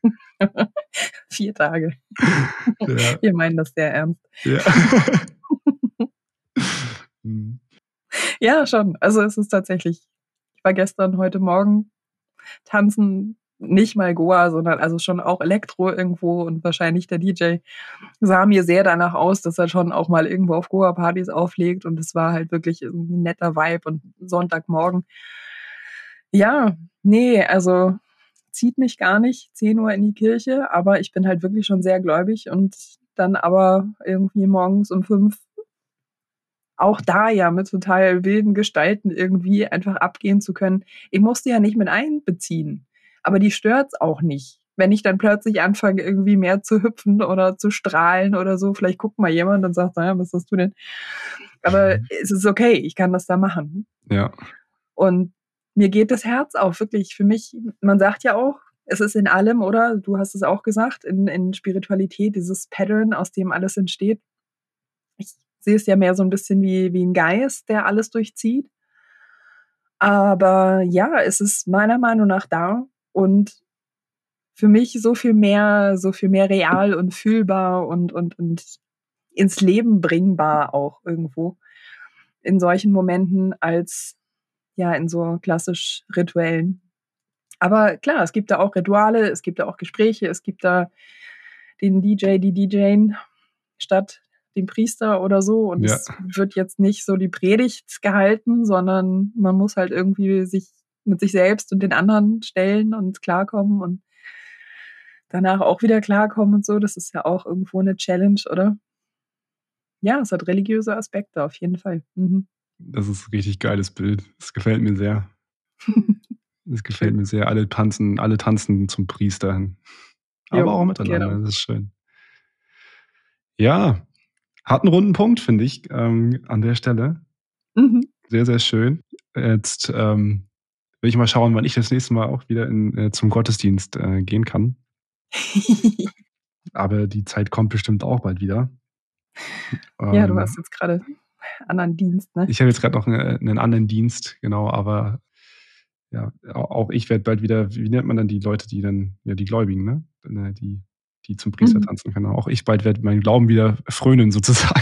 4 Tage. Ja. Wir meinen das sehr ernst. Ja. Mhm. Ja, schon. Also, es ist tatsächlich, ich war gestern, heute Morgen tanzen, nicht mal Goa, sondern also schon auch Elektro irgendwo und wahrscheinlich der DJ sah mir sehr danach aus, dass er schon auch mal irgendwo auf Goa-Partys auflegt und es war halt wirklich 'n netter Vibe und Sonntagmorgen. Ja, ne, also zieht mich gar nicht 10 Uhr in die Kirche, aber ich bin halt wirklich schon sehr gläubig und dann aber irgendwie morgens um 5 auch da ja mit total wilden Gestalten irgendwie einfach abgehen zu können. Ich muss die ja nicht mit einbeziehen, aber die stört's auch nicht, wenn ich dann plötzlich anfange, irgendwie mehr zu hüpfen oder zu strahlen oder so. Vielleicht guckt mal jemand und sagt: „Na ja, was hast du denn?“ Aber es ist okay, ich kann das da machen. Ja. Und mir geht das Herz auf, wirklich. Für mich, man sagt ja auch, es ist in allem, oder? Du hast es auch gesagt, in Spiritualität, dieses Pattern, aus dem alles entsteht. Ich sehe es ja mehr so 'n bisschen wie 'n Geist, der alles durchzieht. Aber ja, es ist meiner Meinung nach da und für mich so viel mehr real und fühlbar und ins Leben bringbar auch irgendwo in solchen Momenten als, ja, in so klassisch rituellen. Aber klar, es gibt da auch Rituale, es gibt da auch Gespräche, es gibt da den DJ, die DJen statt dem Priester oder so und Ja. es wird jetzt nicht so die Predigt gehalten, sondern man muss halt irgendwie sich mit sich selbst und den anderen stellen und klarkommen und danach auch wieder klarkommen und so. Das ist ja auch irgendwo 'ne Challenge, oder? Ja, es hat religiöse Aspekte auf jeden Fall. Mhm. Das ist 'n richtig geiles Bild. Das gefällt mir sehr. Das gefällt Schön. mir sehr. Alle tanzen zum Priester hin, aber Jo, auch miteinander. genau. Das ist schön. Ja, hat 'n runden Punkt, finde ich, an der Stelle. Mhm. Sehr, sehr schön. Jetzt, will ich mal schauen, wann ich das nächste Mal auch wieder zum Gottesdienst, gehen kann. Aber die Zeit kommt bestimmt auch bald wieder. Ja, du hast Ähm, jetzt grade anderen Dienst, ne? Ich habe jetzt grad noch 'nen anderen Dienst, genau, aber ja, auch ich werde bald wieder, wie nennt man dann die Leute, die dann ja, die Gläubigen, ne? Die zum Priester Mhm. tanzen können. Auch ich bald werde meinen Glauben wieder frönen sozusagen.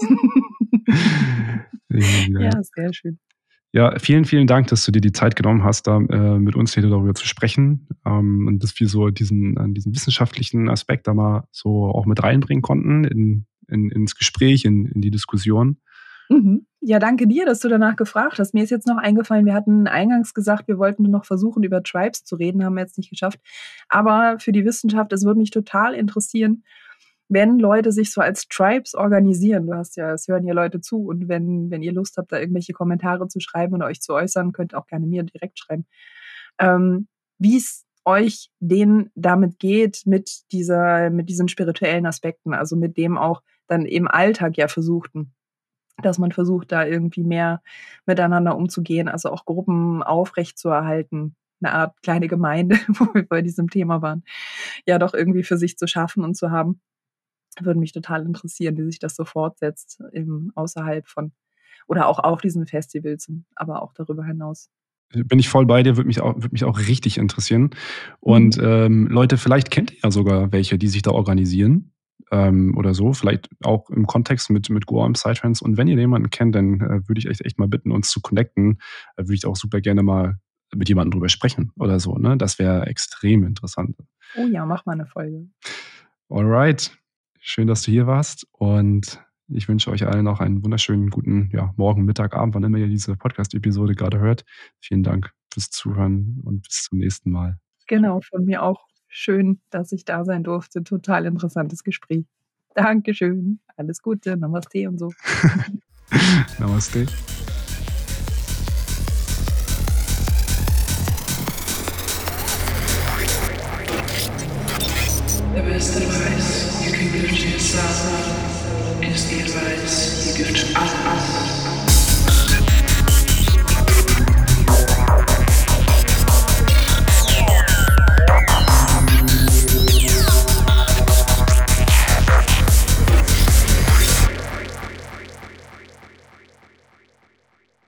Ja, sehr schön. Ja, vielen, vielen Dank, dass du dir die Zeit genommen hast, da, mit uns hier darüber zu sprechen, und dass wir so diesen wissenschaftlichen Aspekt da mal so auch mit reinbringen konnten ins Gespräch, in die Diskussion. Mhm. Ja, danke dir, dass du danach gefragt hast. Mir ist jetzt noch eingefallen, wir hatten eingangs gesagt, wir wollten noch versuchen, über Tribes zu reden, haben wir jetzt nicht geschafft. Aber für die Wissenschaft, es würde mich total interessieren, wenn Leute sich so als Tribes organisieren, es hören ja Leute zu und wenn ihr Lust habt, da irgendwelche Kommentare zu schreiben oder euch zu äußern, könnt ihr auch gerne mir direkt schreiben, wie's euch denen damit geht mit diesen spirituellen Aspekten, also mit dem auch dann im Alltag ja versuchten, dass man versucht, da irgendwie mehr miteinander umzugehen, also auch Gruppen aufrechtzuerhalten, 'ne Art kleine Gemeinde, wo wir bei diesem Thema waren, ja doch irgendwie für sich zu schaffen und zu haben. Würde mich total interessieren, wie sich das so fortsetzt im außerhalb von oder auch auf diesen Festivals, aber auch darüber hinaus. Bin ich voll bei dir, würde mich auch richtig interessieren. Mhm. Und, Leute, vielleicht kennt ihr ja sogar welche, die sich da organisieren, oder so, vielleicht auch im Kontext mit Goa im Psytrance. Und wenn ihr jemanden kennt, dann, würde ich euch echt mal bitten, uns zu connecten. Da würde ich auch super gerne mal mit jemandem drüber sprechen oder so, ne? Das wäre extrem interessant. Oh ja, mach mal 'ne Folge. Alright, schön, dass du hier warst und ich wünsche euch allen noch einen wunderschönen guten, ja, Morgen, Mittag, Abend, wann immer ihr diese Podcast-Episode gerade hört. Vielen Dank fürs Zuhören und bis zum nächsten Mal. Genau, von mir auch. Schön, dass ich da sein durfte. Total interessantes Gespräch. Dankeschön. Alles Gute, Namaste und so. Namaste. The best advice you can give to yourself is the advice you give to others.